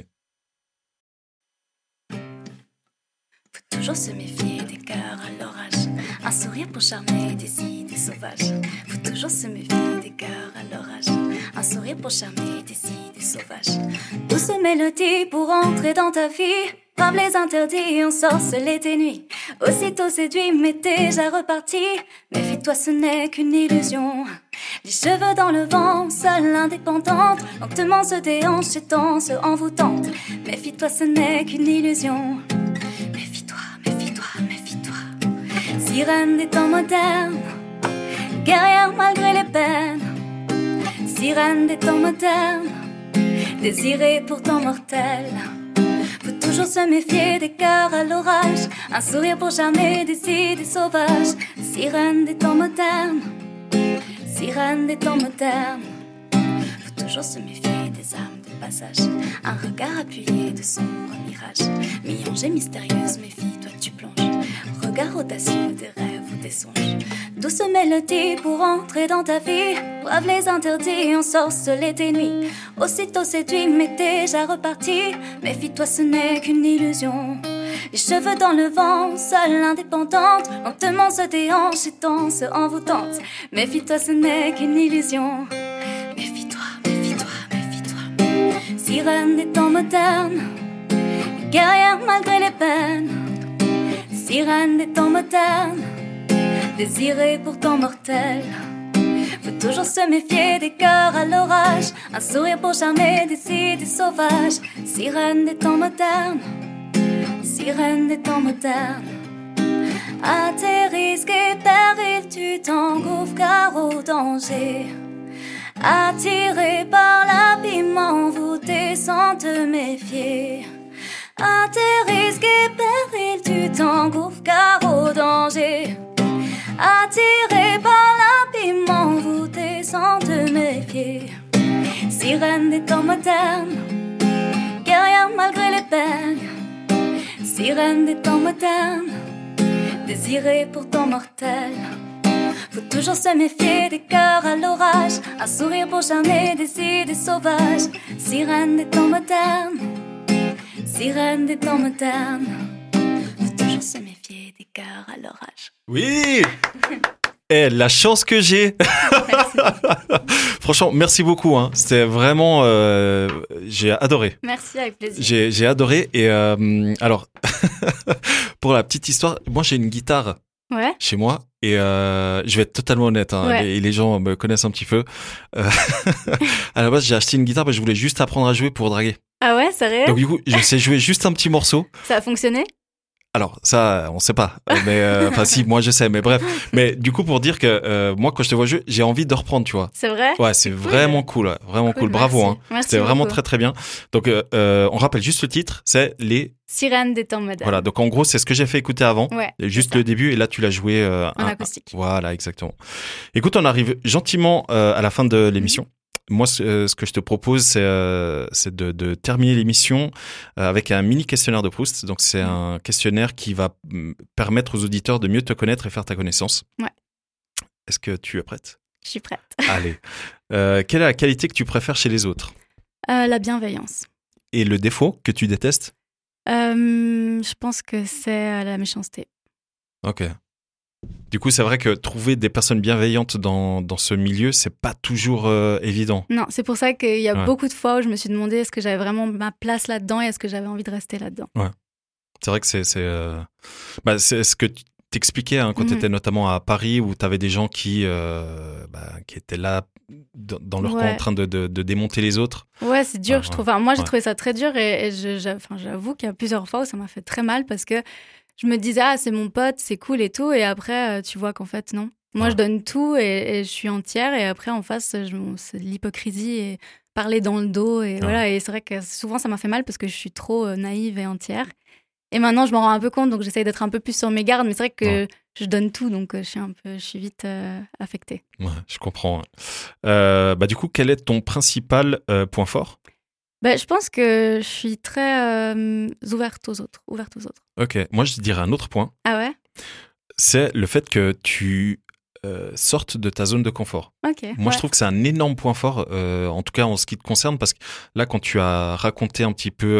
Faut toujours se méfier des cœurs à l'orage. Un sourire pour charmer des idées sauvages. Faut toujours se méfier des cœurs à l'orage. Un sourire pour charmer des idées sauvages. Douce mélodie pour entrer dans ta vie. Brave les interdits, on sorcelait tes nuits. Aussitôt séduit, mais déjà reparti. Méfie-toi, ce n'est qu'une illusion. Les cheveux dans le vent, seule indépendante. Lentement se déhanche et danse envoûtante. Méfie-toi, ce n'est qu'une illusion. Méfie-toi, méfie-toi, méfie-toi. Sirène des temps modernes, guerrière malgré les peines. Sirène des temps modernes, désirée pourtant mortelle. Faut toujours se méfier des cœurs à l'orage. Un sourire pour charmer des idées sauvages. Sirène des temps modernes, sirène des temps modernes. Faut toujours se méfier des âmes de passage. Un regard appuyé de sombres mirages. Mi-ange et mystérieuse, méfie-toi, tu plonges. Regard audacieux des rêves ou des songes. Douce mélodie pour entrer dans ta vie. Brave les interdits, ensorceler tes nuits. Aussitôt séduit, mais déjà reparti. Méfie-toi, ce n'est qu'une illusion. Les cheveux dans le vent, seule indépendante. Lentement se déhanche et danse envoûtante. Méfie-toi, ce n'est qu'une illusion. Méfie-toi, méfie-toi, méfie-toi. Sirène des temps modernes, guerrière malgré les peines. Sirène des temps modernes, désirée pourtant mortelle. Faut toujours se méfier des cœurs à l'orage. Un sourire pour charmer des idées sauvages. Sirène des temps modernes, sirène des temps modernes. À tes risques et périls, tu t'engouffres car au danger. Attiré par l'abîme envoûté sans te méfier. À tes risques et périls, tu t'engouffres car au danger. Attiré par l'abîme envoûté sans te méfier. Sirène des temps modernes, guerrière malgré les peines. Sirène des temps modernes, désirée pourtant mortelle. Faut toujours se méfier des cœurs à l'orage. Un sourire pour charmer des idées sauvages. Sirène des temps modernes, sirène des temps modernes. Faut toujours se méfier des cœurs à l'orage. Oui. La chance que j'ai. Franchement, merci beaucoup. Hein. C'était vraiment... j'ai adoré. Merci, avec plaisir. J'ai adoré. Et alors, pour la petite histoire, moi j'ai une guitare chez moi. Et je vais être totalement honnête, hein, les gens me connaissent un petit peu. À la base, j'ai acheté une guitare parce que je voulais juste apprendre à jouer pour draguer. Ah ouais, sérieux? Donc du coup, je sais jouer juste un petit morceau. Ça a fonctionné? Alors ça, on sait pas. Mais enfin si, moi je sais. Mais bref. Mais du coup, pour dire que moi, quand je te vois jouer, j'ai envie de reprendre, tu vois. C'est vrai? Ouais, c'est vraiment cool, vraiment cool. Bravo, merci. hein. Merci C'était vraiment beaucoup. très très bien. Donc on rappelle juste le titre, c'est les Sirènes des temps modernes. Voilà. Donc en gros, c'est ce que j'ai fait écouter avant. Ouais. Juste le début, et là tu l'as joué en acoustique. Voilà, exactement. Écoute, on arrive gentiment à la fin de l'émission. Moi, ce que je te propose, c'est de terminer l'émission avec un mini questionnaire de Proust. Donc, c'est un questionnaire qui va permettre aux auditeurs de mieux te connaître et faire ta connaissance. Ouais. Est-ce que tu es prête? Je suis prête. Allez. Quelle est la qualité que tu préfères chez les autres? La bienveillance. Et le défaut que tu détestes? Je pense que c'est la méchanceté. Ok. Du coup, c'est vrai que trouver des personnes bienveillantes dans ce milieu, c'est pas toujours évident. Non, c'est pour ça qu'il y a beaucoup de fois où je me suis demandé est-ce que j'avais vraiment ma place là-dedans et est-ce que j'avais envie de rester là-dedans. Ouais. C'est vrai que c'est ce que tu t'expliquais quand tu étais notamment à Paris où tu avais des gens qui étaient là dans leur coin en train de démonter les autres. Ouais, c'est dur, je trouve. Enfin, moi, j'ai trouvé ça très dur et j'avoue qu'il y a plusieurs fois où ça m'a fait très mal parce que je me disais, c'est mon pote, c'est cool et tout. Et après, tu vois qu'en fait, non. Moi, je donne tout et je suis entière. Et après, en face, c'est de l'hypocrisie et parler dans le dos. Et voilà. Et c'est vrai que souvent, ça m'a fait mal parce que je suis trop naïve et entière. Et maintenant, je m'en rends un peu compte. Donc, j'essaye d'être un peu plus sur mes gardes. Mais c'est vrai que je donne tout. Donc, je suis vite affectée. Ouais, je comprends. Du coup, quel est ton principal point fort? Je pense que je suis très ouverte aux autres. Ok, moi je dirais un autre point. Ah ouais? C'est le fait que tu sortes de ta zone de confort. Ok. Moi je trouve que c'est un énorme point fort, en tout cas en ce qui te concerne, parce que là quand tu as raconté un petit peu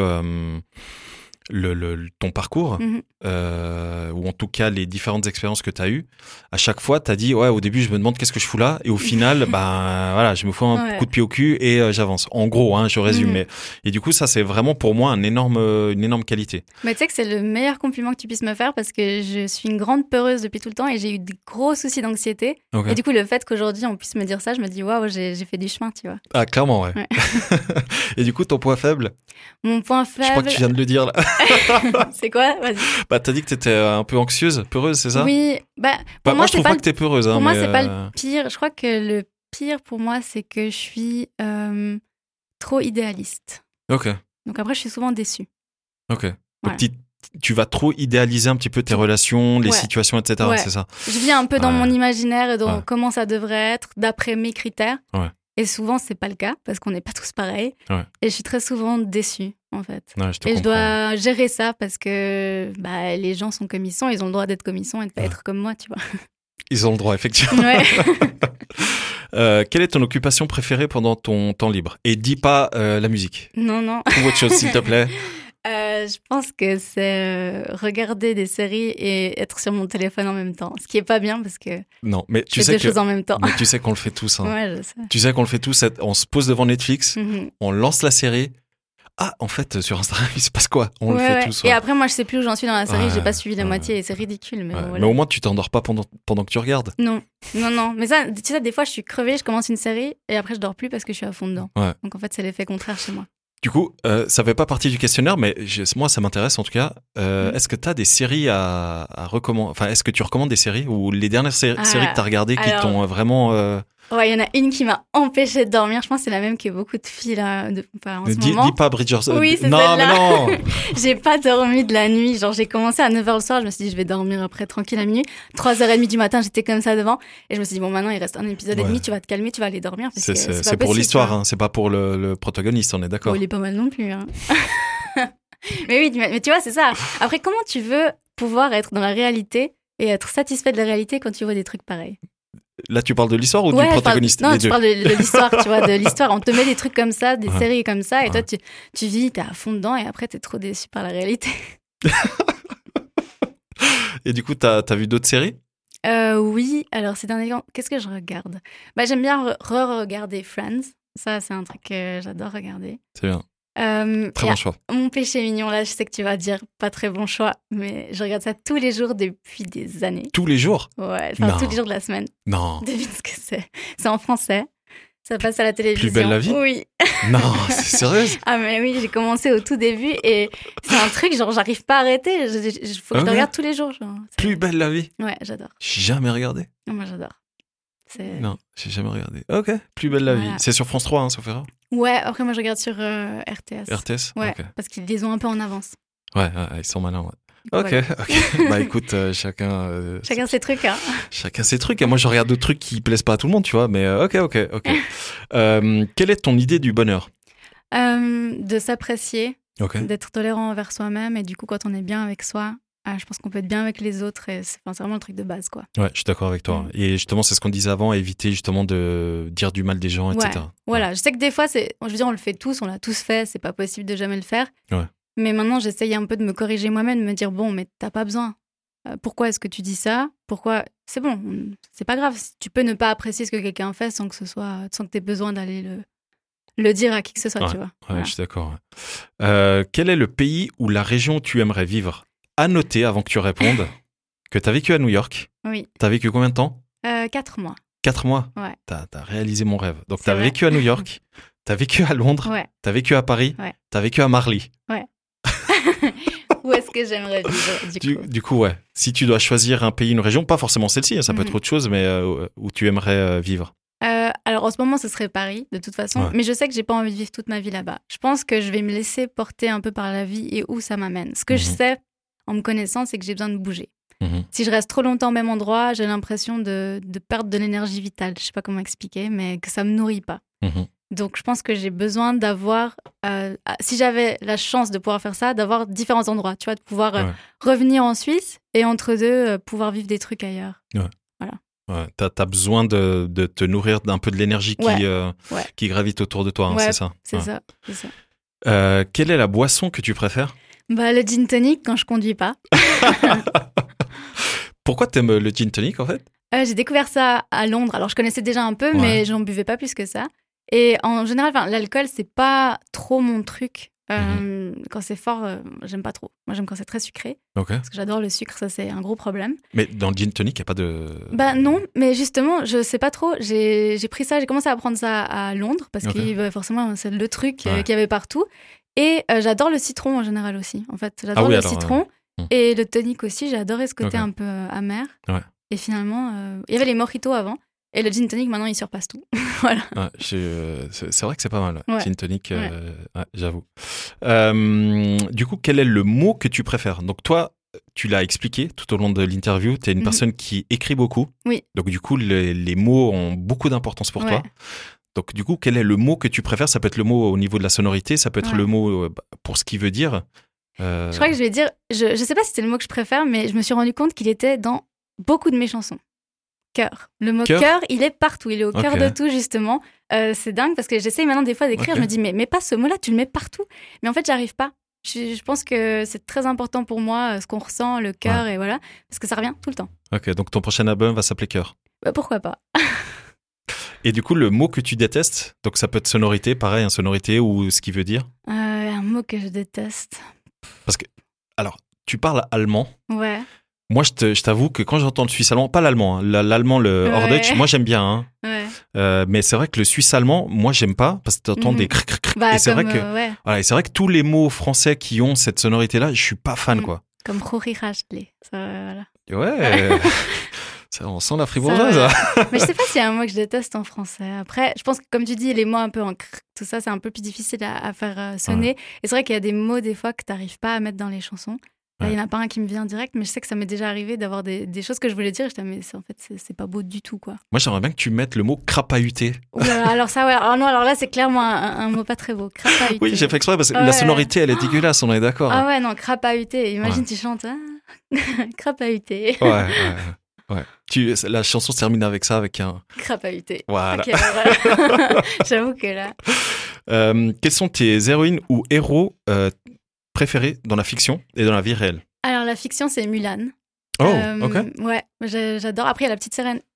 ton parcours, ou en tout cas les différentes expériences que tu as eues, à chaque fois tu as dit au début je me demande qu'est-ce que je fous là, et au final voilà, je me fous un coup de pied au cul et j'avance. En gros, je résume, mais et du coup ça c'est vraiment pour moi une énorme qualité. Mais tu sais que c'est le meilleur compliment que tu puisses me faire parce que je suis une grande peureuse depuis tout le temps et j'ai eu des gros soucis d'anxiété. Okay. Et du coup le fait qu'aujourd'hui on puisse me dire ça, je me dis waouh, j'ai fait du chemin, tu vois. Ah clairement, ouais. Et du coup ton point faible? Mon point faible. Je crois que tu viens de le dire là. C'est quoi? Vas-y. T'as dit que t'étais un peu anxieuse, peureuse, c'est ça? Oui. Moi je trouve pas que t'es peureuse. Pour moi, c'est pas le pire. Je crois que le pire pour moi, c'est que je suis trop idéaliste. Ok. Donc après, je suis souvent déçue. Ok. Voilà. Donc tu vas trop idéaliser un petit peu tes relations, les situations, etc. C'est ça? Je vis un peu dans mon imaginaire et dans comment ça devrait être, d'après mes critères. Ouais. Et souvent, c'est pas le cas parce qu'on n'est pas tous pareils. Ouais. Et je suis très souvent déçue, en fait. Ouais, je dois gérer ça parce que les gens sont comme ils sont, ils ont le droit d'être comme ils sont et de pas être comme moi, tu vois. Ils ont le droit, effectivement. Ouais. Quelle est ton occupation préférée pendant ton temps libre? Et dis pas la musique. Non. Trouve autre chose, s'il te plaît. Je pense que c'est regarder des séries et être sur mon téléphone en même temps. Ce qui est pas bien parce que mais tu sais deux choses en même temps. Mais tu sais qu'on le fait tous. Ouais, je sais. Tu sais qu'on le fait tous. On se pose devant Netflix, on lance la série. Ah, en fait, sur Instagram, il se passe quoi? On le fait tous. Et après, moi, je sais plus où j'en suis dans la série. J'ai pas suivi la moitié et c'est ridicule. Mais, voilà. Mais au moins, tu t'endors pas pendant que tu regardes. Non. Mais ça, tu sais, des fois, je suis crevée, je commence une série et après, je dors plus parce que je suis à fond dedans. Ouais. Donc, en fait, c'est l'effet contraire chez moi. Du coup, ça fait pas partie du questionnaire, mais moi, ça m'intéresse en tout cas. Est-ce que tu as des séries à recommander? Enfin, est-ce que tu recommandes des séries ou les dernières séries que tu as regardées qui t'ont vraiment... Ouais, il y en a une qui m'a empêchée de dormir. Je pense que c'est la même que beaucoup de filles là, en ce moment. Dis pas Bridgerton. Oui, c'est non, mais non. J'ai pas dormi de la nuit. Genre, j'ai commencé à 9h le soir. Je me suis dit, je vais dormir après tranquille à minuit. 3h30 du matin, j'étais comme ça devant. Et je me suis dit, bon, maintenant, il reste un épisode et demi. Tu vas te calmer, tu vas aller dormir. Parce c'est pour l'histoire, c'est pas pour le protagoniste, on est d'accord. Il est pas mal non plus. Mais oui, mais tu vois, c'est ça. Après, comment tu veux pouvoir être dans la réalité et être satisfait de la réalité quand tu vois des trucs pareils? Là, tu parles de l'histoire ou du protagoniste? Non, tu parles de l'histoire, tu vois, de l'histoire. On te met des trucs comme ça, des séries comme ça, et toi, tu vis, t'es à fond dedans, et après, t'es trop déçu par la réalité. Et du coup, t'as vu d'autres séries? Oui, alors ces derniers temps, qu'est-ce que je regarde? J'aime bien re-regarder Friends. Ça, c'est un truc que j'adore regarder. C'est bien. Très bon choix. Mon péché mignon, là, je sais que tu vas dire pas très bon choix, mais je regarde ça tous les jours depuis des années. Tous les jours? Ouais, enfin tous les jours de la semaine. Non. Devine ce que c'est. C'est en français. Ça passe à la télévision. Plus belle la vie? Oui. Non, c'est sérieuse? Ah mais oui, j'ai commencé au tout début et c'est un truc, genre j'arrive pas à arrêter. Faut que je le regarde tous les jours. Genre. Plus belle la vie? Ouais, j'adore. J'ai jamais regardé. Moi, j'adore. Non, j'ai jamais regardé. Ok, Plus belle la vie. C'est sur France 3, sauf erreur? Ouais, après moi je regarde sur RTS. RTS? Ouais, okay. parce qu'ils les ont un peu en avance. Ouais, ils sont malins, ouais. Ok. Bah écoute, chacun ses trucs, hein. Chacun ses trucs. Et moi, je regarde d'autres trucs qui plaisent pas à tout le monde, tu vois. Mais ok. Quelle est ton idée du bonheur? De s'apprécier, d'être tolérant envers soi-même. Et du coup, quand on est bien avec soi, je pense qu'on peut être bien avec les autres. Et c'est vraiment le truc de base, quoi. Ouais, je suis d'accord avec toi. Et justement, c'est ce qu'on disait avant, éviter justement de dire du mal des gens, etc. Voilà, je sais que des fois, je veux dire, on le fait tous, on l'a tous fait. C'est pas possible de jamais le faire. Ouais. Mais maintenant, j'essaye un peu de me corriger moi-même, de me dire, bon, mais t'as pas besoin. Pourquoi est-ce que tu dis ça? Pourquoi? C'est bon, c'est pas grave. Tu peux ne pas apprécier ce que quelqu'un fait sans que t'aies besoin d'aller le dire à qui que ce soit, tu vois. Ouais, je suis d'accord. Quel est le pays ou la région où tu aimerais vivre? À noter, avant que tu répondes, que t'as vécu à New York. Oui. T'as vécu combien de temps? 4 mois. 4 mois? Ouais. T'as réalisé mon rêve. Donc, t'as vécu à New York, t'as vécu à Londres, t'as vécu à Paris, t'as vécu à Marly. Ouais. Où est-ce que j'aimerais vivre, du coup, ouais. Si tu dois choisir un pays, une région, pas forcément celle-ci, ça peut être autre chose, mais où tu aimerais vivre. Alors, en ce moment, ce serait Paris, de toute façon. Mais je sais que j'ai pas envie de vivre toute ma vie là-bas. Je pense que je vais me laisser porter un peu par la vie et où ça m'amène. Ce que je sais, en me connaissant, c'est que j'ai besoin de bouger. Si je reste trop longtemps au même endroit, j'ai l'impression de perdre de l'énergie vitale. Je sais pas comment expliquer, mais que ça me nourrit pas. Donc, je pense que j'ai besoin d'avoir, si j'avais la chance de pouvoir faire ça, d'avoir différents endroits, tu vois, de pouvoir revenir en Suisse et entre deux, pouvoir vivre des trucs ailleurs. Ouais. Voilà. Ouais, t'as besoin de te nourrir d'un peu de l'énergie qui gravite autour de toi, c'est ça? C'est ça. Quelle est la boisson que tu préfères? Le gin tonic quand je conduis pas. Pourquoi t'aimes le gin tonic, en fait? J'ai découvert ça à Londres. Alors, je connaissais déjà un peu, mais j'en buvais pas plus que ça. Et en général, l'alcool, c'est pas trop mon truc. Quand c'est fort, j'aime pas trop. Moi, j'aime quand c'est très sucré. Parce que j'adore le sucre, ça, c'est un gros problème. Mais dans le gin tonic, il n'y a pas de... Non, mais justement, je sais pas trop. J'ai pris ça, j'ai commencé à prendre ça à Londres, parce que forcément, c'est le truc qu'il y avait partout. Et j'adore le citron en général aussi. En fait, j'adore le citron. Et le tonic aussi, j'ai adoré ce côté un peu amer. Ouais. Et finalement, il y avait les mojitos avant. Et le gin tonic, maintenant, il surpasse tout. Voilà. Ouais, c'est vrai que c'est pas mal. Gin tonic, j'avoue. Du coup, quel est le mot que tu préfères? Donc toi, tu l'as expliqué tout au long de l'interview, tu es une personne qui écrit beaucoup. Oui. Donc du coup, les mots ont beaucoup d'importance pour toi. Donc du coup, quel est le mot que tu préfères? Ça peut être le mot au niveau de la sonorité, ça peut être le mot pour ce qu'il veut dire. Je crois que je vais dire, je sais pas si c'est le mot que je préfère, mais je me suis rendu compte qu'il était dans beaucoup de mes chansons. Cœur. Le mot cœur, il est partout. Il est au cœur de tout, justement. C'est dingue parce que j'essaye maintenant des fois d'écrire. Je me dis, mais pas ce mot-là, tu le mets partout. Mais en fait, j'arrive pas. Je pense que c'est très important pour moi, ce qu'on ressent, le cœur, et voilà. Parce que ça revient tout le temps. Ok, donc ton prochain album va s'appeler Cœur. Pourquoi pas. Et du coup, le mot que tu détestes, donc ça peut être sonorité, pareil, sonorité ou ce qu'il veut dire. Un mot que je déteste. Parce que, alors, tu parles allemand. Ouais. Moi, je t'avoue que quand j'entends le suisse allemand, pas l'allemand, l'allemand, le Hochdeutsch, moi j'aime bien. Mais c'est vrai que le suisse allemand, moi j'aime pas parce que tu entends des cric. Et c'est vrai que, et c'est vrai que tous les mots français qui ont cette sonorité-là, je suis pas fan, quoi. Comme Rory Rachley. Voilà. Ouais. On sent la fribourgeoise. Mais je sais pas s'il y a un mot que je déteste en français. Après, je pense que comme tu dis, les mots un peu en tout ça, c'est un peu plus difficile à faire sonner. Et c'est vrai qu'il y a des mots des fois que t'arrives pas à mettre dans les chansons. Il y en a pas un qui me vient direct, mais je sais que ça m'est déjà arrivé d'avoir des choses que je voulais dire. Je disais, mais en fait, c'est pas beau du tout, quoi. Moi, j'aimerais bien que tu mettes le mot crapahuté. Alors ça, ouais. Alors là, c'est clairement un mot pas très beau. Crapahuté. Oui, j'ai fait exprès parce que la sonorité, elle est dégueulasse, on est d'accord. Ah ouais, non, crapahuté. Imagine, tu chantes crapahuté. Ouais. La chanson se termine avec ça, avec un... Crapahuté. Voilà. Okay, voilà. J'avoue que là... Quelles sont tes héroïnes ou héros préférés dans la fiction et dans la vie réelle? Alors, la fiction, c'est Mulan. Oh, ok. Ouais, j'adore. Après, il y a la petite sirène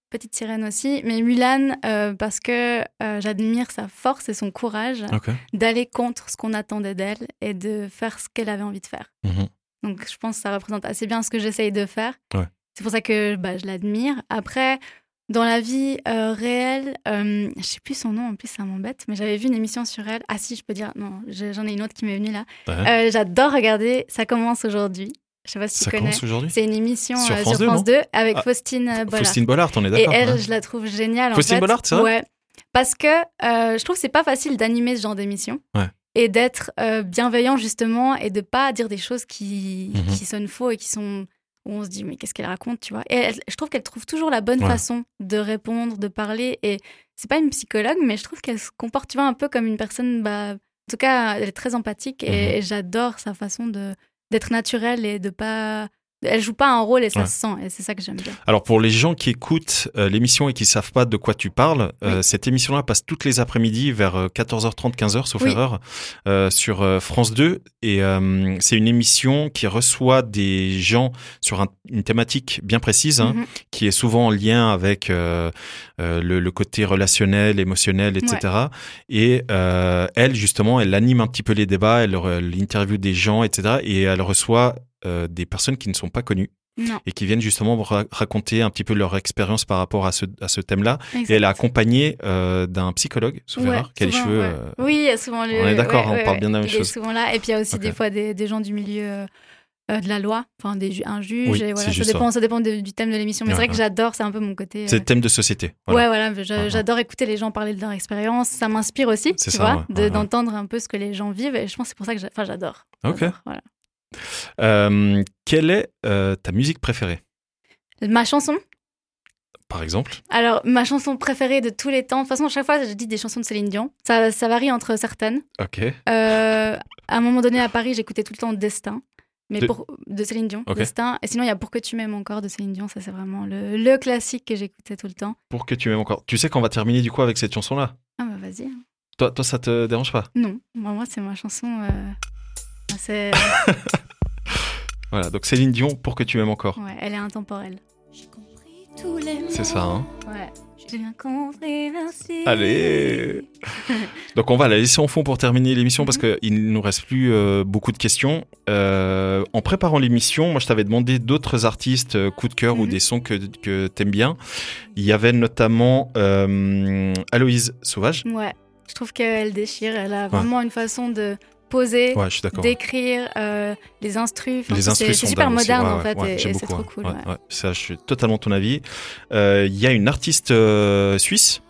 petite sirène aussi. Mais Mulan, parce que j'admire sa force et son courage d'aller contre ce qu'on attendait d'elle et de faire ce qu'elle avait envie de faire. Donc, je pense que ça représente assez bien ce que j'essaye de faire. Ouais. C'est pour ça que je l'admire. Après, dans la vie réelle, je ne sais plus son nom, en plus, ça m'embête, mais j'avais vu une émission sur elle. Ah si, je peux dire, non, j'en ai une autre qui m'est venue là. J'adore regarder Ça commence aujourd'hui. Je ne sais pas si tu connais. Commence aujourd'hui. C'est une émission sur France 2 avec Faustine Bollard. Faustine Bollard, on est d'accord. Et elle, je la trouve géniale. Faustine Bollard, c'est vrai ? Ouais. Parce que je trouve que ce n'est pas facile d'animer ce genre d'émission. Ouais. Et d'être bienveillant justement et de pas dire des choses qui sonnent faux et qui sont où on se dit mais qu'est-ce qu'elle raconte, tu vois. Et je trouve qu'elle trouve toujours la bonne façon de répondre, de parler, et c'est pas une psychologue mais je trouve qu'elle se comporte, tu vois, un peu comme une personne, en tout cas elle est très empathique et j'adore sa façon d'être naturelle et de pas... Elle joue pas un rôle et ça se sent, et c'est ça que j'aime bien. Alors pour les gens qui écoutent l'émission et qui savent pas de quoi tu parles, cette émission-là passe toutes les après-midi vers 14h30, 15h, sauf erreur, sur France 2. Et c'est une émission qui reçoit des gens sur une thématique bien précise, qui est souvent en lien avec le côté relationnel, émotionnel, etc. Et elle, justement, elle anime un petit peu les débats, elle interviewe des gens, etc. Et elle reçoit des personnes qui ne sont pas connues et qui viennent justement raconter un petit peu leur expérience par rapport à ce thème-là. Exact. Et elle est accompagnée d'un psychologue, sauf erreur, qui a les cheveux... Oui, souvent... On est d'accord, on parle bien de la même chose. Souvent là. Et puis il y a aussi des fois des gens du milieu de la loi, enfin un juge, et voilà, ça dépend du thème de l'émission. Mais c'est vrai que j'adore, c'est un peu mon côté... C'est le thème de société. Voilà. J'adore écouter les gens parler de leur expérience. Ça m'inspire aussi, tu vois, d'entendre un peu ce que les gens vivent. Et je pense que c'est pour ça que j'adore. Ok. Voilà. Quelle est ta musique préférée ? Ma chanson ? Par exemple ? Alors, ma chanson préférée de tous les temps, de toute façon, à chaque fois, je dis des chansons de Céline Dion. Ça varie entre certaines. Ok. À un moment donné, à Paris, j'écoutais tout le temps Destin. De Céline Dion, Destin. Et sinon, il y a Pour que tu m'aimes encore de Céline Dion. Ça, c'est vraiment le classique que j'écoutais tout le temps. Pour que tu m'aimes encore. Tu sais qu'on va terminer du coup avec cette chanson-là ? Ah bah vas-y. Toi, ça te dérange pas ? Non. Moi, c'est ma chanson... C'est... Voilà, donc Céline Dion, Pour que tu m'aimes encore. Ouais, elle est intemporelle. C'est ça, hein ? Ouais. J'ai bien compris, merci. Allez. Donc on va la laisser en fond pour terminer l'émission parce qu'il ne nous reste plus beaucoup de questions. En préparant l'émission, moi je t'avais demandé d'autres artistes coup de cœur ou des sons que t'aimes bien. Il y avait notamment Aloïse Sauvage. Ouais, je trouve qu'elle déchire. Elle a vraiment une façon de... poser, d'écrire, les instrus. C'est super moderne en fait, et c'est trop cool. Ça, je suis totalement de ton avis. Il y a une artiste suisse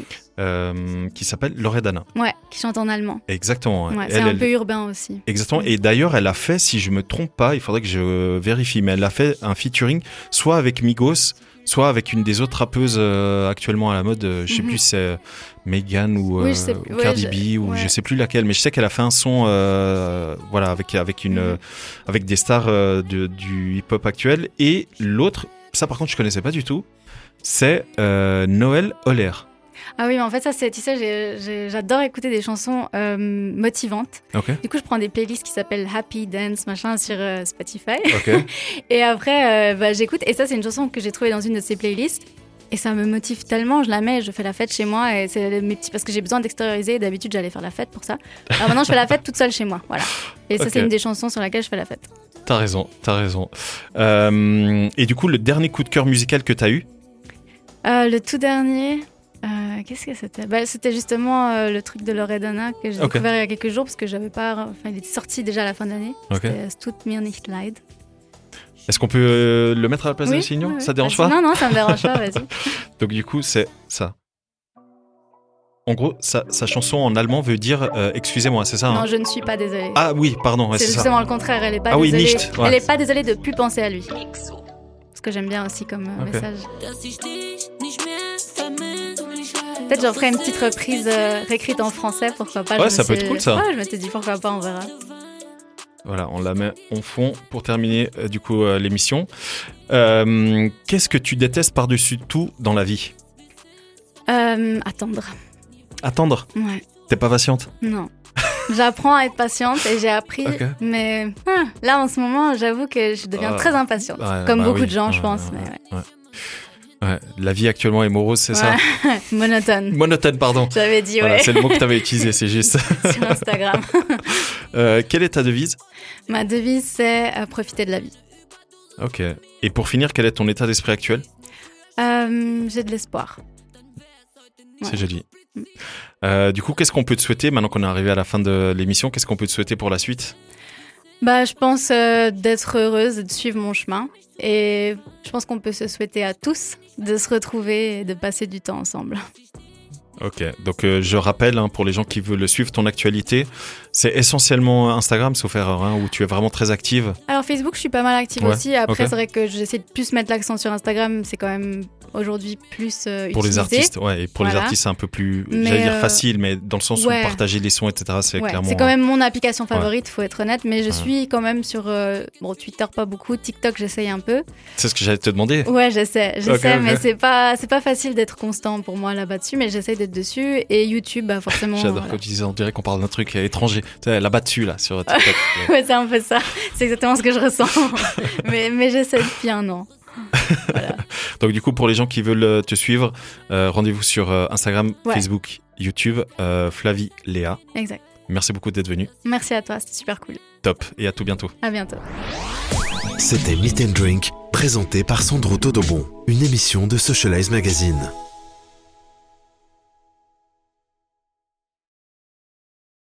qui s'appelle Loredana. Ouais, qui chante en allemand. Exactement. Ouais, c'est un peu urbain aussi. Exactement. Et d'ailleurs, elle a fait, si je me trompe pas, il faudrait que je vérifie, mais elle a fait un featuring soit avec Migos, soit avec une des autres rappeuses actuellement à la mode, je sais plus si c'est Megan ou Cardi B ou je sais plus laquelle, mais je sais qu'elle a fait un son avec des stars du hip-hop actuel. Et l'autre, ça par contre je connaissais pas du tout, c'est Noël Holler. Ah oui, mais en fait, ça, tu sais, j'adore écouter des chansons motivantes. Okay. Du coup, je prends des playlists qui s'appellent Happy Dance, machin, sur Spotify. Okay. Et après, j'écoute. Et ça, c'est une chanson que j'ai trouvée dans une de ces playlists. Et ça me motive tellement, je la mets, je fais la fête chez moi. Et c'est mes petits, parce que j'ai besoin d'extérioriser. D'habitude, j'allais faire la fête pour ça. Alors maintenant, je fais la fête toute seule chez moi. Voilà. Et ça, c'est une des chansons sur laquelle je fais la fête. T'as raison. Et du coup, le dernier coup de cœur musical que t'as eu ? Le tout dernier... qu'est-ce que c'était ? C'était justement le truc de Loredana que j'ai découvert il y a quelques jours parce que j'avais pas... Enfin, il était sorti déjà à la fin de l'année. C'était Es tut mir nicht leid. Est-ce qu'on peut le mettre à la place de Céline Dion ? Ça te dérange pas ? Non, ça me dérange pas, vas-y. Donc du coup, c'est ça. En gros, sa chanson en allemand veut dire excusez-moi, c'est ça ? Non, je ne suis pas désolée. Ah oui, pardon. C'est justement le contraire, elle est pas désolée. Oui, nicht. Ouais. Elle est pas désolée de plus penser à lui. Ce que j'aime bien aussi comme message. Peut-être j'en ferai une petite reprise réécrite en français, pourquoi pas. Ouais, ça peut être cool ça. Ouais, je m'étais dit pourquoi pas, on verra. Voilà, on la met en fond pour terminer du coup l'émission. Qu'est-ce que tu détestes par-dessus tout dans la vie ? Attendre. Attendre ? Ouais. T'es pas patiente ? Non. J'apprends à être patiente et j'ai appris, mais là en ce moment, j'avoue que je deviens très impatiente, comme beaucoup de gens, je pense. Mais Ouais, la vie actuellement est morose, c'est ça? Monotone. Monotone, pardon. J'avais dit, voilà, ouais. C'est le mot que tu avais utilisé, c'est juste. Sur Instagram. Quelle est ta devise? Ma devise, c'est profiter de la vie. Ok. Et pour finir, quel est ton état d'esprit actuel? J'ai de l'espoir. C'est joli. Du coup, qu'est-ce qu'on peut te souhaiter maintenant qu'on est arrivé à la fin de l'émission? Qu'est-ce qu'on peut te souhaiter pour la suite? Je pense d'être heureuse et de suivre mon chemin. Et je pense qu'on peut se souhaiter à tous de se retrouver et de passer du temps ensemble. Ok, donc je rappelle pour les gens qui veulent suivre ton actualité, c'est essentiellement Instagram, sauf erreur, où tu es vraiment très active. Alors Facebook, je suis pas mal active aussi. Après, c'est vrai que j'essaie de plus mettre l'accent sur Instagram. C'est quand même aujourd'hui plus pour utilisé. Les artistes, et pour les artistes, c'est un peu plus, j'allais dire facile, mais dans le sens où partager les sons, etc., c'est clairement... C'est quand même mon application favorite, faut être honnête, mais je suis quand même sur Twitter, pas beaucoup, TikTok, j'essaye un peu. C'est ce que j'allais te demander. Ouais, j'essaie, mais c'est pas facile d'être constant pour moi là-bas dessus, mais j'essaye d'être dessus. Et YouTube, forcément... J'adore quand tu disais, on dirait qu'on parle d'un truc étranger, là-bas dessus, là, sur TikTok. Ouais, c'est un peu ça, c'est exactement ce que je ressens, mais j'essaie depuis un an. Voilà. Donc du coup, pour les gens qui veulent te suivre, rendez-vous sur Instagram, Facebook, YouTube, Flavie Léa. Exact. Merci beaucoup d'être venue. Merci à toi, c'était super cool. Top, et à tout bientôt. À bientôt. C'était Meet and Drink, présenté par Sandro Todobon, une émission de Socialize Magazine.